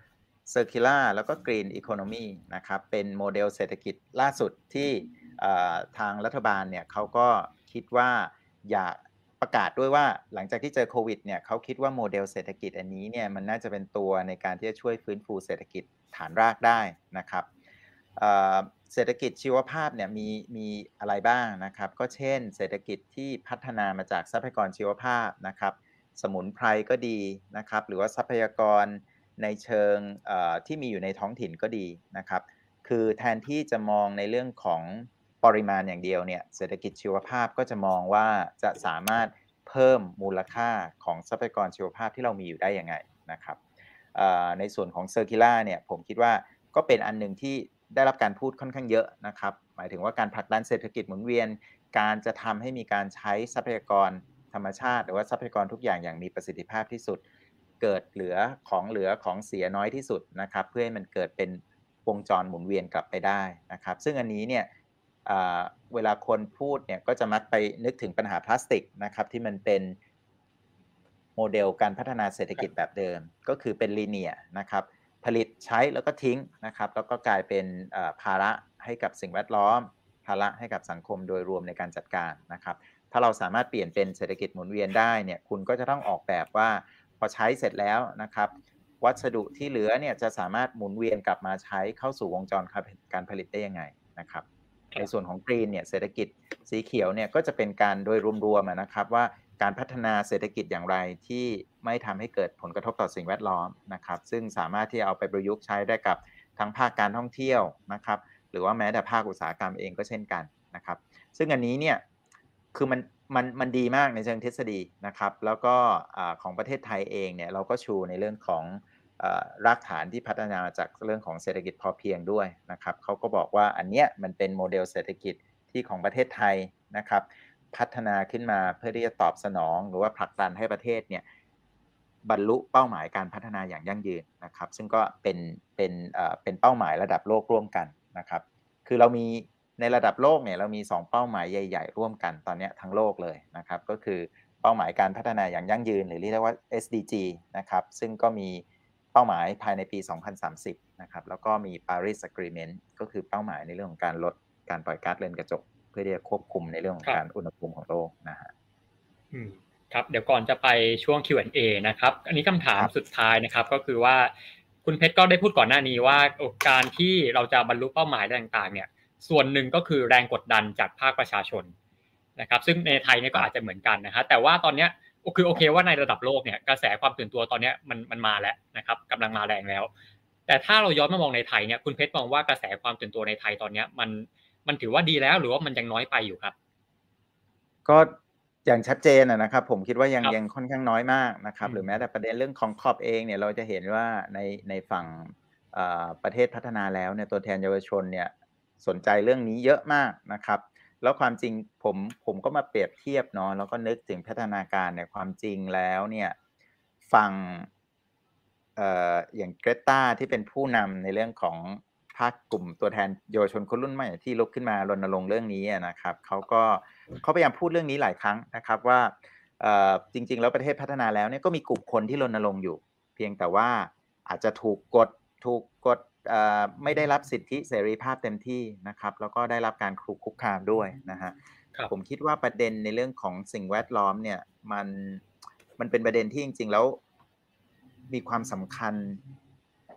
Circular แล้วก็ Green Economy นะครับเป็นโมเดลเศรษฐกิจล่าสุดที่ทางรัฐบาลเนี่ยเขาก็คิดว่าอยากประกาศด้วยว่าหลังจากที่เจอโควิดเนี่ยเขาคิดว่าโมเดลเศรษฐกิจอันนี้เนี่ยมันน่าจะเป็นตัวในการที่จะช่วยฟื้นฟูเศรษฐกิจฐานรากได้นะครับเศรษฐกิจชีวภาพเนี่ยมีมีอะไรบ้างนะครับก็เช่นเศรษฐกิจที่พัฒนามาจากทรัพยากรชีวภาพนะครับสมุนไพรก็ดีนะครับหรือว่าทรัพยากรในเชิงที่มีอยู่ในท้องถิ่นก็ดีนะครับคือแทนที่จะมองในเรื่องของปริมาณอย่างเดียวเนี่ยเศรษฐกิจชีวภาพก็จะมองว่าจะสามารถเพิ่มมูลค่าของทรัพยากรชีวภาพที่เรามีอยู่ได้ยังไงนะครับในส่วนของ Circular เนี่ยผมคิดว่าก็เป็นอันหนึ่งที่ได้รับการพูดค่อนข้างเยอะนะครับหมายถึงว่าการผลักดันเศรษฐกิจหมุนเวียนการจะทำให้มีการใช้ทรัพยากรธรรมชาติหรือว่าทรัพยากรทุกอย่างอย่างมีประสิทธิภาพที่สุดเกิดเหลือของเหลือของเสียน้อยที่สุดนะครับเพื่อให้มันเกิดเป็นวงจรหมุนเวียนกลับไปได้นะครับซึ่งอันนี้เนี่ยเวลาคนพูดเนี่ยก็จะมักไปนึกถึงปัญหาพลาสติกนะครับที่มันเป็นโมเดลการพัฒนาเศรษฐกิจแบบเดิมก็คือเป็นลีเนียร์นะครับผลิตใช้แล้วก็ทิ้งนะครับแล้วก็กลายเป็นภาระให้กับสิ่งแวดล้อมภาระให้กับสังคมโดยรวมในการจัดการนะครับถ้าเราสามารถเปลี่ยนเป็นเศรษฐกิจหมุนเวียนได้เนี่ยคุณก็จะต้องออกแบบว่าพอใช้เสร็จแล้วนะครับวัสดุที่เหลือเนี่ยจะสามารถหมุนเวียนกลับมาใช้เข้าสู่วงจรการผลิตได้ยังไงนะครับในส่วนของกรีนเนี่ยเศรษฐกิจสีเขียวเนี่ยก็จะเป็นการโดยรวมๆนะครับว่าการพัฒนาเศรษฐกิจอย่างไรที่ไม่ทำให้เกิดผลกระทบต่อสิ่งแวดล้อมนะครับซึ่งสามารถที่เอาไปประยุกต์ใช้ได้กับทั้งภาคการท่องเที่ยวนะครับหรือว่าแม้แต่ภาคอุตสาหกรรมเองก็เช่นกันนะครับซึ่งอันนี้เนี่ยคือมันมันมันดีมากในเชิงทฤษฎีนะครับแล้วก็ของประเทศไทยเองเนี่ยเราก็ชูในเรื่องของรากฐานที่พัฒนาจากเรื่องของเศรษฐกิจพอเพียงด้วยนะครับเขาก็บอกว่าอันเนี้ยมันเป็นโมเดลเศรษฐกิจที่ของประเทศไทยนะครับพัฒนาขึ้นมาเพื่อที่จะตอบสนองหรือว่าผลักดันให้ประเทศเนี่ยบรรลุเป้าหมายการพัฒนาอย่างยั่งยืนนะครับซึ่งก็เป็นเป็นเอ่อเป็นเป้าหมายระดับโลกร่วมกันนะครับคือเรามีในระดับโลกเนี่ยเรามีสองเป้าหมายใหญ่ๆร่วมกันตอนนี้ทั้งโลกเลยนะครับก็คือเป้าหมายการพัฒนาอย่างยั่งยืนหรือเรียกว่า เอส ดี จี นะครับซึ่งก็มีเป้าหมายภายในปีสองพันสามสิบนะครับแล้วก็มี Paris Agreement ก็คือเป้าหมายในเรื่องของการลดการปล่อยก๊าซเรือนกระจกเพื่อที่จะควบคุมในเรื่องของการอุณหภูมิของโลกนะฮะอืมครับเดี๋ยวก่อนจะไปช่วง คิว แอนด์ เอ นะครับอันนี้คำถามสุดท้ายนะครับก็คือว่าคุณเพชรก็ได้พูดก่อนหน้านี้ว่าการที่เราจะบรรลุเป้าหมายต่างๆเนี่ยส่วนหนึ่งก็คือแรงกดดันจากภาคประชาชนนะครับซึ่งในไทยเนี่ยก็อาจจะเหมือนกันนะฮะแต่ว่าตอนเนี้ยคือโอเคว่าในระดับโลกเนี่ยกระแสความตื่นตัวตอนนี้มันมันมาแล้วนะครับกำลังมาแรงแล้วแต่ถ้าเราย้อนมามองในไทยเนี่ยคุณเพชรมองว่ากระแสความตื่นตัวในไทยตอนนี้มันมันถือว่าดีแล้วหรือว่ามันยังน้อยไปอยู่ครับก็อย่างชัดเจนนะครับผมคิดว่ายังยังค่อนข้างน้อยมากนะครับหรือแม้แต่ประเด็นเรื่องของขอบเองเนี่ยเราจะเห็นว่าในในฝั่งประเทศพัฒนาแล้วเนี่ยตัวแทนเยาวชนเนี่ยสนใจเรื่องนี้เยอะมากนะครับแล้วความจริงผมผมก็มาเปรียบเทียบเนาะแล้วก็นึกถึงพัฒนาการในความจริงแล้วเนี่ยฝั่งเอ่ออย่างเกรตาที่เป็นผู้นำในเรื่องของภาคกลุ่มตัวแทนเยาวชนคนรุ่นใหม่ที่ลุกขึ้นมารณรงค์เรื่องนี้นะครับเขาก็เขาพยายามพูดเรื่องนี้หลายครั้งนะครับว่าจริงๆแล้วประเทศพัฒนาแล้วเนี่ยก็มีกลุ่มคนที่รณรงค์อยู่เพียงแต่ว่าอาจจะถูกกดถูกกดไม่ได้รับสิทธิเสรีภาพเต็มที่นะครับแล้วก็ได้รับการคุกคามด้วยนะฮะผมคิดว่าประเด็นในเรื่องของสิ่งแวดล้อมเนี่ยมันมันเป็นประเด็นที่จริงๆแล้วมีความสำคัญ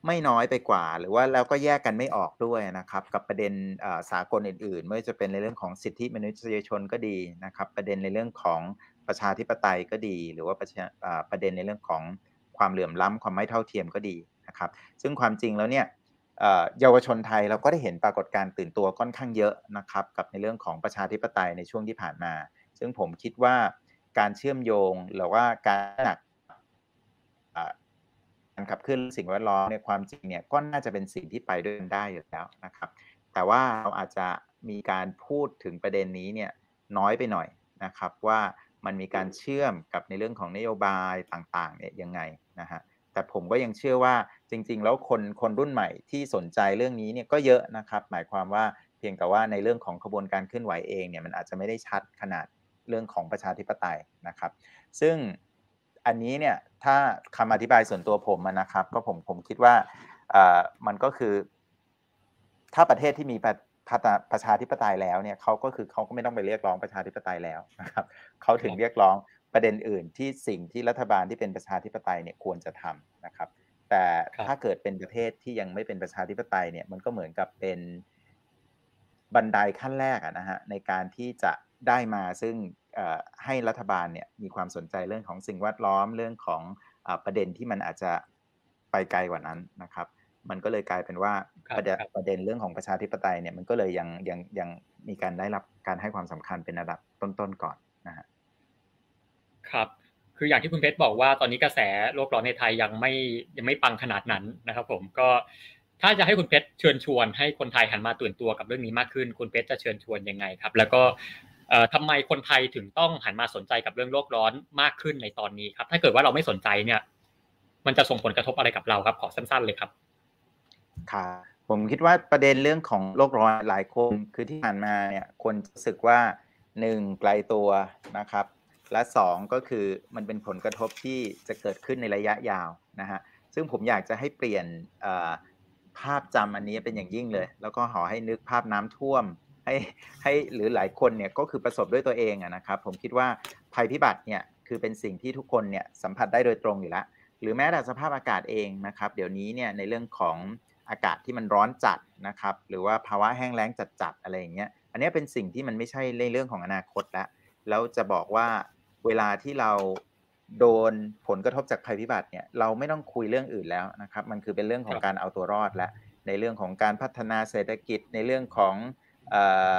ไม่น้อยไปกว่าหรือว่าแล้วก็แยกกันไม่ออกด้วยนะครับกับประเด็นอ่าสากลอื่นๆไม่ว่าจะเป็นในเรื่องของสิทธิมนุษยชนก็ดีนะครับประเด็นในเรื่องของประชาธิปไตยก็ดีหรือว่าประชาอ่าประเด็นในเรื่องของความเหลื่อมล้ำความไม่เท่าเทียมก็ดีนะครับซึ่งความจริงแล้วเนี่ยเอ่อเยาวชนไทยเราก็ได้เห็นปรากฏการณ์ตื่นตัวค่อนข้างเยอะนะครับกับในเรื่องของประชาธิปไตยในช่วงที่ผ่านมาซึ่งผมคิดว่าการเชื่อมโยงหรือว่าการอ่า การขับเคลื่อนสิ่งแวดล้อมในความจริงเนี่ยก็น่าจะเป็นสิ่งที่ไปด้วยกันได้อยู่แล้วนะครับแต่ว่าเราอาจจะมีการพูดถึงประเด็นนี้เนี่ยน้อยไปหน่อยนะครับว่ามันมีการเชื่อมกับในเรื่องของนโยบายต่างๆเนี่ยยังไงนะฮะแต่ผมก็ยังเชื่อว่าจริงๆแล้วคนคนรุ่นใหม่ที่สนใจเรื่องนี้เนี่ยก็เยอะนะครับหมายความว่าเพียงแต่ว่าในเรื่องของขบวนการเคลื่อนไหวเองเนี่ยมันอาจจะไม่ได้ชัดขนาดเรื่องของประชาธิปไตยนะครับ ซึ่งอันนี้เนี่ยถ้าคำอธิบายส่วนตัวผมนะครับก็ผมผมคิดว่ามันก็คือถ้าประเทศที่มีประประชาธิปไตยแล้วเนี่ยเขาก็คือเขาก็ไม่ต้องไปเรียกร้องประชาธิปไตยแล้วนะครับเขาถึงเรียกร้องประเด็นอื่นที่สิ่งที่รัฐบาลที่เป็นประชาธิปไตยเนี่ยควรจะทำนะครับแต่ถ้าเกิดเป็นประเทศที่ยังไม่เป็นประชาธิปไตยเนี่ยมันก็เหมือนกับเป็นบันไดขั้นแรกนะฮะในการที่จะได้มาซึ่งให้รัฐบาลเนี่ยมีความสนใจเรื่องของสิ่งแวดล้อมเรื่องของประเด็นที่มันอาจจะไปไกลกว่านั้นนะครับมันก็เลยกลายเป็นว่าประเด็นประเด็นเรื่องของประชาธิปไตยเนี่ยมันก็เลยยังยังยังมีการได้รับการให้ความสำคัญเป็นระดับต้นๆก่อนนะฮะครับคืออย่างที่คุณเพชรบอกว่าตอนนี้กระแสโลกร้อนในไทยยังไม่ยังไม่ปังขนาดนั้นนะครับผมก็ถ้าจะให้คุณเพชรเชิญชวนให้คนไทยหันมาตื่นตัวกับเรื่องนี้มากขึ้นคุณเพชรจะเชิญชวนยังไงครับแล้วก็ทำไมคนไทยถึงต้องหันมาสนใจกับเรื่องโลกร้อนมากขึ้นในตอนนี้ครับถ้าเกิดว่าเราไม่สนใจเนี่ยมันจะส่งผลกระทบอะไรกับเราครับขอสั้นๆเลยครับค่ะผมคิดว่าประเด็นเรื่องของโลกร้อนหลายคนคือที่ผ่านมาเนี่ยคนรู้สึกว่าหนึ่งไกลตัวนะครับและสองก็คือมันเป็นผลกระทบที่จะเกิดขึ้นในระยะยาวนะฮะซึ่งผมอยากจะให้เปลี่ยนภาพจำอันนี้เป็นอย่างยิ่งเลยแล้วก็ขอให้นึกภาพน้ำท่วมให้ให้หรือหลายคนเนี่ยก็คือประสบด้วยตัวเองนะครับผมคิดว่าภัยพิบัติเนี่ยคือเป็นสิ่งที่ทุกคนเนี่ยสัมผัสได้โดยตรงอยู่แล้วหรือแม้แต่สภาพอากาศเองนะครับเดี๋ยวนี้เนี่ยในเรื่องของอากาศที่มันร้อนจัดนะครับหรือว่าภาวะแห้งแล้งจัดๆอะไรอย่างเงี้ยอันนี้เป็นสิ่งที่มันไม่ใช่ในเรื่องของอนาคตแล้วแล้วจะบอกว่าเวลาที่เราโดนผลกระทบจากภัยพิบัติเนี่ยเราไม่ต้องคุยเรื่องอื่นแล้วนะครับมันคือเป็นเรื่องของการเอาตัวรอดแล้วในเรื่องของการพัฒนาเศรษฐกิจในเรื่องของเอ่อ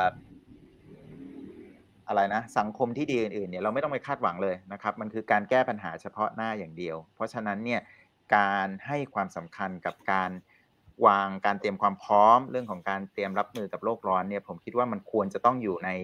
อะไรนะสังคมที่ดีอื่นๆเนี่ยเราไม่ต้องไปคาดหวังเลยนะครับมันคือการแก้ปัญหาเฉพาะหน้าอย่างเดียวเพราะฉะนั้นเนี่ยการให้ความสำคัญกับการวางการเตรียมความพร้อมเรื่องของการเตรียมรับมือกับโลกร้อนเนี่ยผมคิดว่ามันควรจะต้องอยู่ใน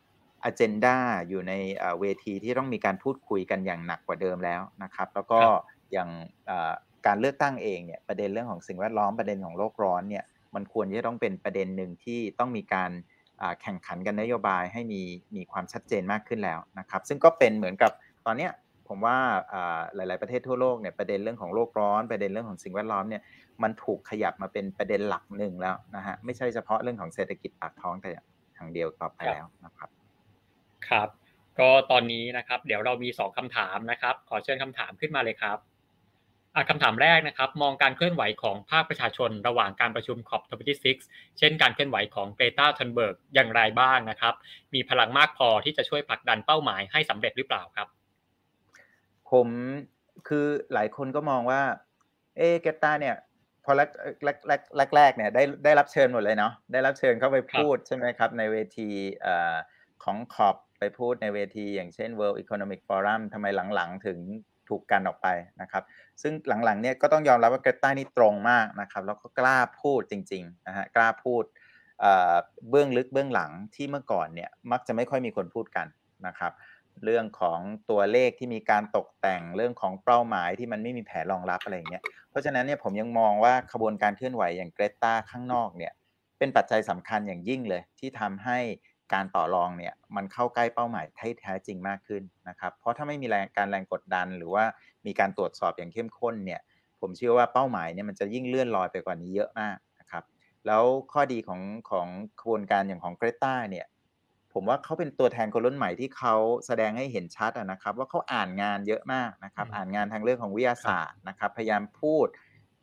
agenda อยู่ในเวทีที่ต้องมีการพูดคุยกันอย่างหนักกว่าเดิมแล้วนะครับแล้วก็อย่างการเลือกตั้งเองเนี่ยประเด็นเรื่องของสิ่งแวดล้อมประเด็นของโลกร้อนเนี่ยมันควรจะต้องเป็นประเด็นหนึ่งที่ต้องมีการแข่งขันกันนโยบายให้มีมีความชัดเจนมากขึ้นแล้วนะครับซึ่งก็เป็นเหมือนกับตอนนี้ผมว่าหลายๆประเทศทั่วโลกเนี่ยประเด็นเรื่องของโลกร้อนประเด็นเรื่องของสิ่งแวดล้อมเนี่ยมันถูกขยับมาเป็นประเด็นหลักหนึ่งแล้วนะฮะไม่ใช่เฉพาะเรื่องของเศรษฐกิจปากท้องแต่อย่างเดียวต่อไปแล้วนะครับครับก็ตอนนี้นะครับเดี๋ยวเรามีสองคำถามนะครับขอเชิญคำถามขึ้นมาเลยครับคำถามแรกนะครับมองการเคลื่อนไหวของภาคประชาชนระหว่างการประชุม ซี โอ พี ยี่สิบหก เช่นการเคลื่อนไหวของเกรตา ทันเบิร์กอย่างไรบ้างนะครับมีพลังมากพอที่จะช่วยผลักดันเป้าหมายให้สำเร็จหรือเปล่าครับผมคือหลายคนก็มองว่าเอ๊เกรตาเนี่ยพอแรกแรกแรกแรกแรกเนี่ยได้ได้รับเชิญหมดเลยเนาะได้รับเชิญเข้าไปพูดใช่ไหมครับในเวทีของคอปไปพูดในเวทีอย่างเช่น World Economic Forum ทำไมหลังๆถึงถูกกันออกไปนะครับซึ่งหลังๆเนี่ยก็ต้องยอมรับว่าเกรตานี่ตรงมากนะครับแล้วก็กล้าพูดจริงๆนะฮะกล้าพูดเบื้องลึกเบื้องหลังที่เมื่อก่อนเนี่ยมักจะไม่ค่อยมีคนพูดกันนะครับเรื่องของตัวเลขที่มีการตกแต่งเรื่องของเป้าหมายที่มันไม่มีแผนรองรับอะไรอย่างเงี้ยเพราะฉะนั้นเนี่ยผมยังมองว่าขบวนการเคลื่อนไหวอย่างเกรตาข้างนอกเนี่ยเป็นปัจจัยสำคัญอย่างยิ่งเลยที่ทำให้การต่อรองเนี่ยมันเข้าใกล้เป้าหมายที่แท้จริงมากขึ้นนะครับเพราะถ้าไม่มีแรงการแรงกดดันหรือว่ามีการตรวจสอบอย่างเข้มข้นเนี่ยผมเชื่อว่าเป้าหมายเนี่ยมันจะยิ่งเลื่อนลอยไปกว่านี้เยอะมากนะครับแล้วข้อดีของของขบวนการอย่างของเกรตาเนี่ยผมว่าเขาเป็นตัวแทนคนรุ่นใหม่ที่เขาแสดงให้เห็นชัดนะครับว่าเขาอ่านงานเยอะมากนะครับอ่านงานทางเรื่องของวิทยาศาสตร์นะครับพยายามพูด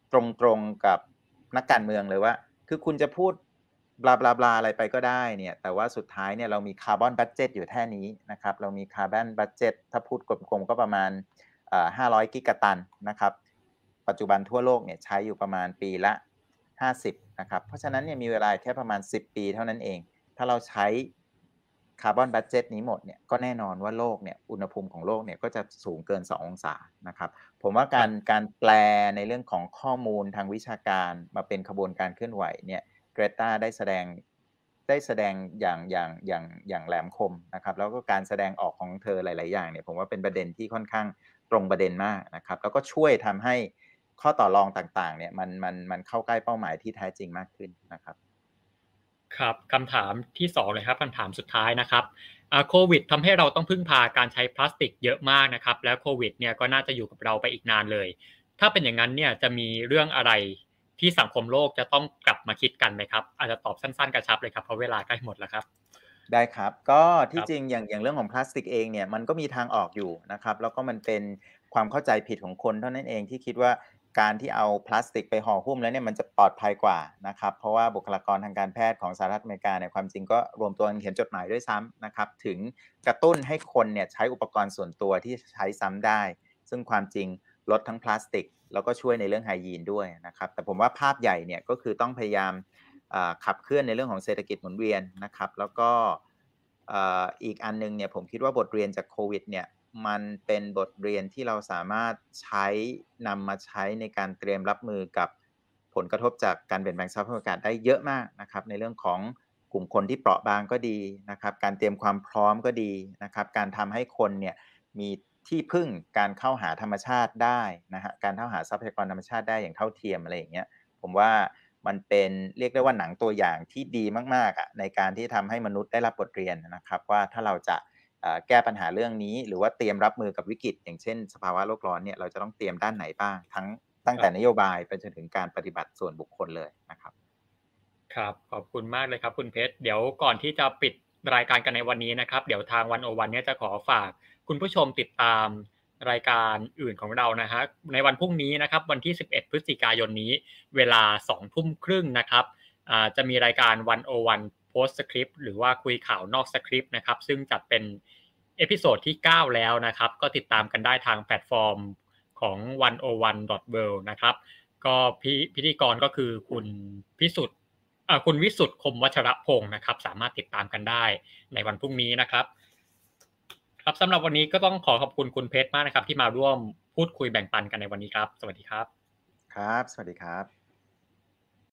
ตรงๆกับนักการเมืองเลยว่าคือคุณจะพูดบลาบลาบลาอะไรไปก็ได้เนี่ยแต่ว่าสุดท้ายเนี่ยเรามีคาร์บอนบัดเจตอยู่แค่นี้นะครับเรามีคาร์บอนบัดเจตถ้าพูดกลมๆก็ประมาณห้าร้อยกิกะตันนะครับปัจจุบันทั่วโลกเนี่ยใช้อยู่ประมาณปีละห้าสิบนะครับเพราะฉะนั้นเนี่ยมีเวลาแค่ประมาณสิบปีเท่านั้นเองถ้าเราใช้คาร์บอนบัดเจตนี้หมดเนี่ยก็แน่นอนว่าโลกเนี่ยอุณหภูมิของโลกเนี่ยก็จะสูงเกินสององศานะครับผมว่าการการแปลในเรื่องของข้อมูลทางวิชาการมาเป็นขบวนการเคลื่อนไหวเนี่ยเกรตาได้แสดงได้แสดงอย่างอย่างอย่างอย่างแหลมคมนะครับแล้วก็การแสดงออกของเธอหลายๆอย่างเนี่ยผมว่าเป็นประเด็นที่ค่อนข้างตรงประเด็นมากนะครับแล้วก็ช่วยทำให้ข้อต่อรองต่างๆเนี่ยมันมันมันเข้าใกล้เป้าหมายที่แท้จริงมากขึ้นนะครับครับคำถามที่สองเลยครับคำถามสุดท้ายนะครับโควิดทำให้เราต้องพึ่งพาการใช้พลาสติกเยอะมากนะครับแล้วโควิดเนี่ยก็น่าจะอยู่กับเราไปอีกนานเลยถ้าเป็นอย่างนั้นเนี่ยจะมีเรื่องอะไรที่สังคมโลกจะต้องกลับมาคิดกันไหมครับอาจจะตอบสั้นๆกระชับเลยครับเพราะเวลาใกล้หมดแล้วครับได้ครับก็คที่รับจริงอย่างอย่างเรื่องของพลาสติกเองเนี่ยมันก็มีทางออกอยู่นะครับแล้วก็มันเป็นความเข้าใจผิดของคนเท่านั้นเองที่คิดว่าการที่เอาพลาสติกไปห่อหุ้มแล้วเนี่ยมันจะปลอดภัยกว่านะครับเพราะว่าบุคลากรทางการแพทย์ของสหรัฐอเมริกาเนี่ยความจริงก็รวมตัวกันเขียนจดหมายด้วยซ้ำนะครับถึงกระตุ้นให้คนเนี่ยใช้อุปกรณ์ส่วนตัวที่ใช้ซ้ำได้ซึ่งความจริงลดทั้งพลาสติกแล้วก็ช่วยในเรื่องไฮยีนด้วยนะครับแต่ผมว่าภาพใหญ่เนี่ยก็คือต้องพยายามขับเคลื่อนในเรื่องของเศรษฐกิจหมุนเวียนนะครับแล้วก็อีกอันนึงเนี่ยผมคิดว่าบทเรียนจากโควิดเนี่ยมันเป็นบทเรียนที่เราสามารถใช้นำมาใช้ในการเตรียมรับมือกับผลกระทบจากการเปลี่ยนแปลงสภาพอากาศได้เยอะมากนะครับในเรื่องของกลุ่มคนที่เปราะบางก็ดีนะครับการเตรียมความพร้อมก็ดีนะครับการทำให้คนเนี่ยมีที่พึ่งการเข้าหาธรรมชาติได้นะฮะการเข้าหาทรัพยากรธรรมชาติได้อย่างเท่าเทียมอะไรอย่างเงี้ยผมว่ามันเป็นเรียกได้ว่าหนังตัวอย่างที่ดีมากๆอ่ะในการที่ทำให้มนุษย์ได้รับบทเรียนนะครับว่าถ้าเราจะแก้ปัญหาเรื่องนี้หรือว่าเตรียมรับมือกับวิกฤตอย่างเช่นสภาวะโลกร้อนเนี่ยเราจะต้องเตรียมด้านไหนบ้างทั้งตั้งแต่นโยบายไปจนถึงการปฏิบัติส่วนบุคคลเลยนะครับครับขอบคุณมากเลยครับคุณเพชรเดี๋ยวก่อนที่จะปิดรายการกันในวันนี้นะครับเดี๋ยวทางวันโอวันเนี่ยจะขอฝากคุณผู้ชมติดตามรายการอื่นของเรานะฮะในวันพรุ่งนี้นะครับวันที่สิบเอ็ดพฤศจิกายนนี้เวลาสองทุ่มครึ่งนะครับจะมีรายการวันโอวันโพสต์สคริปต์หรือว่าคุยข่าวนอกสคริปต์นะครับซึ่งจัดเป็นเอพิโซดที่เก้าแล้วนะครับก็ติดตามกันได้ทางแพลตฟอร์มของ หนึ่งศูนย์หนึ่ง ดอท เวิลด์ นะครับก็พิธีกรก็คือคุณพิสุทธิ์คุณวิสุทธิ์คมวัชรพงศ์นะครับสามารถติดตามกันได้ในวันพรุ่งนี้นะครับครับสำหรับวันนี้ก็ต้องขอขอบคุณคุณเพชรมากนะครับที่มาร่วมพูดคุยแบ่งปันกันในวันนี้ครับสวัสดีครับครับสวัสดีครับ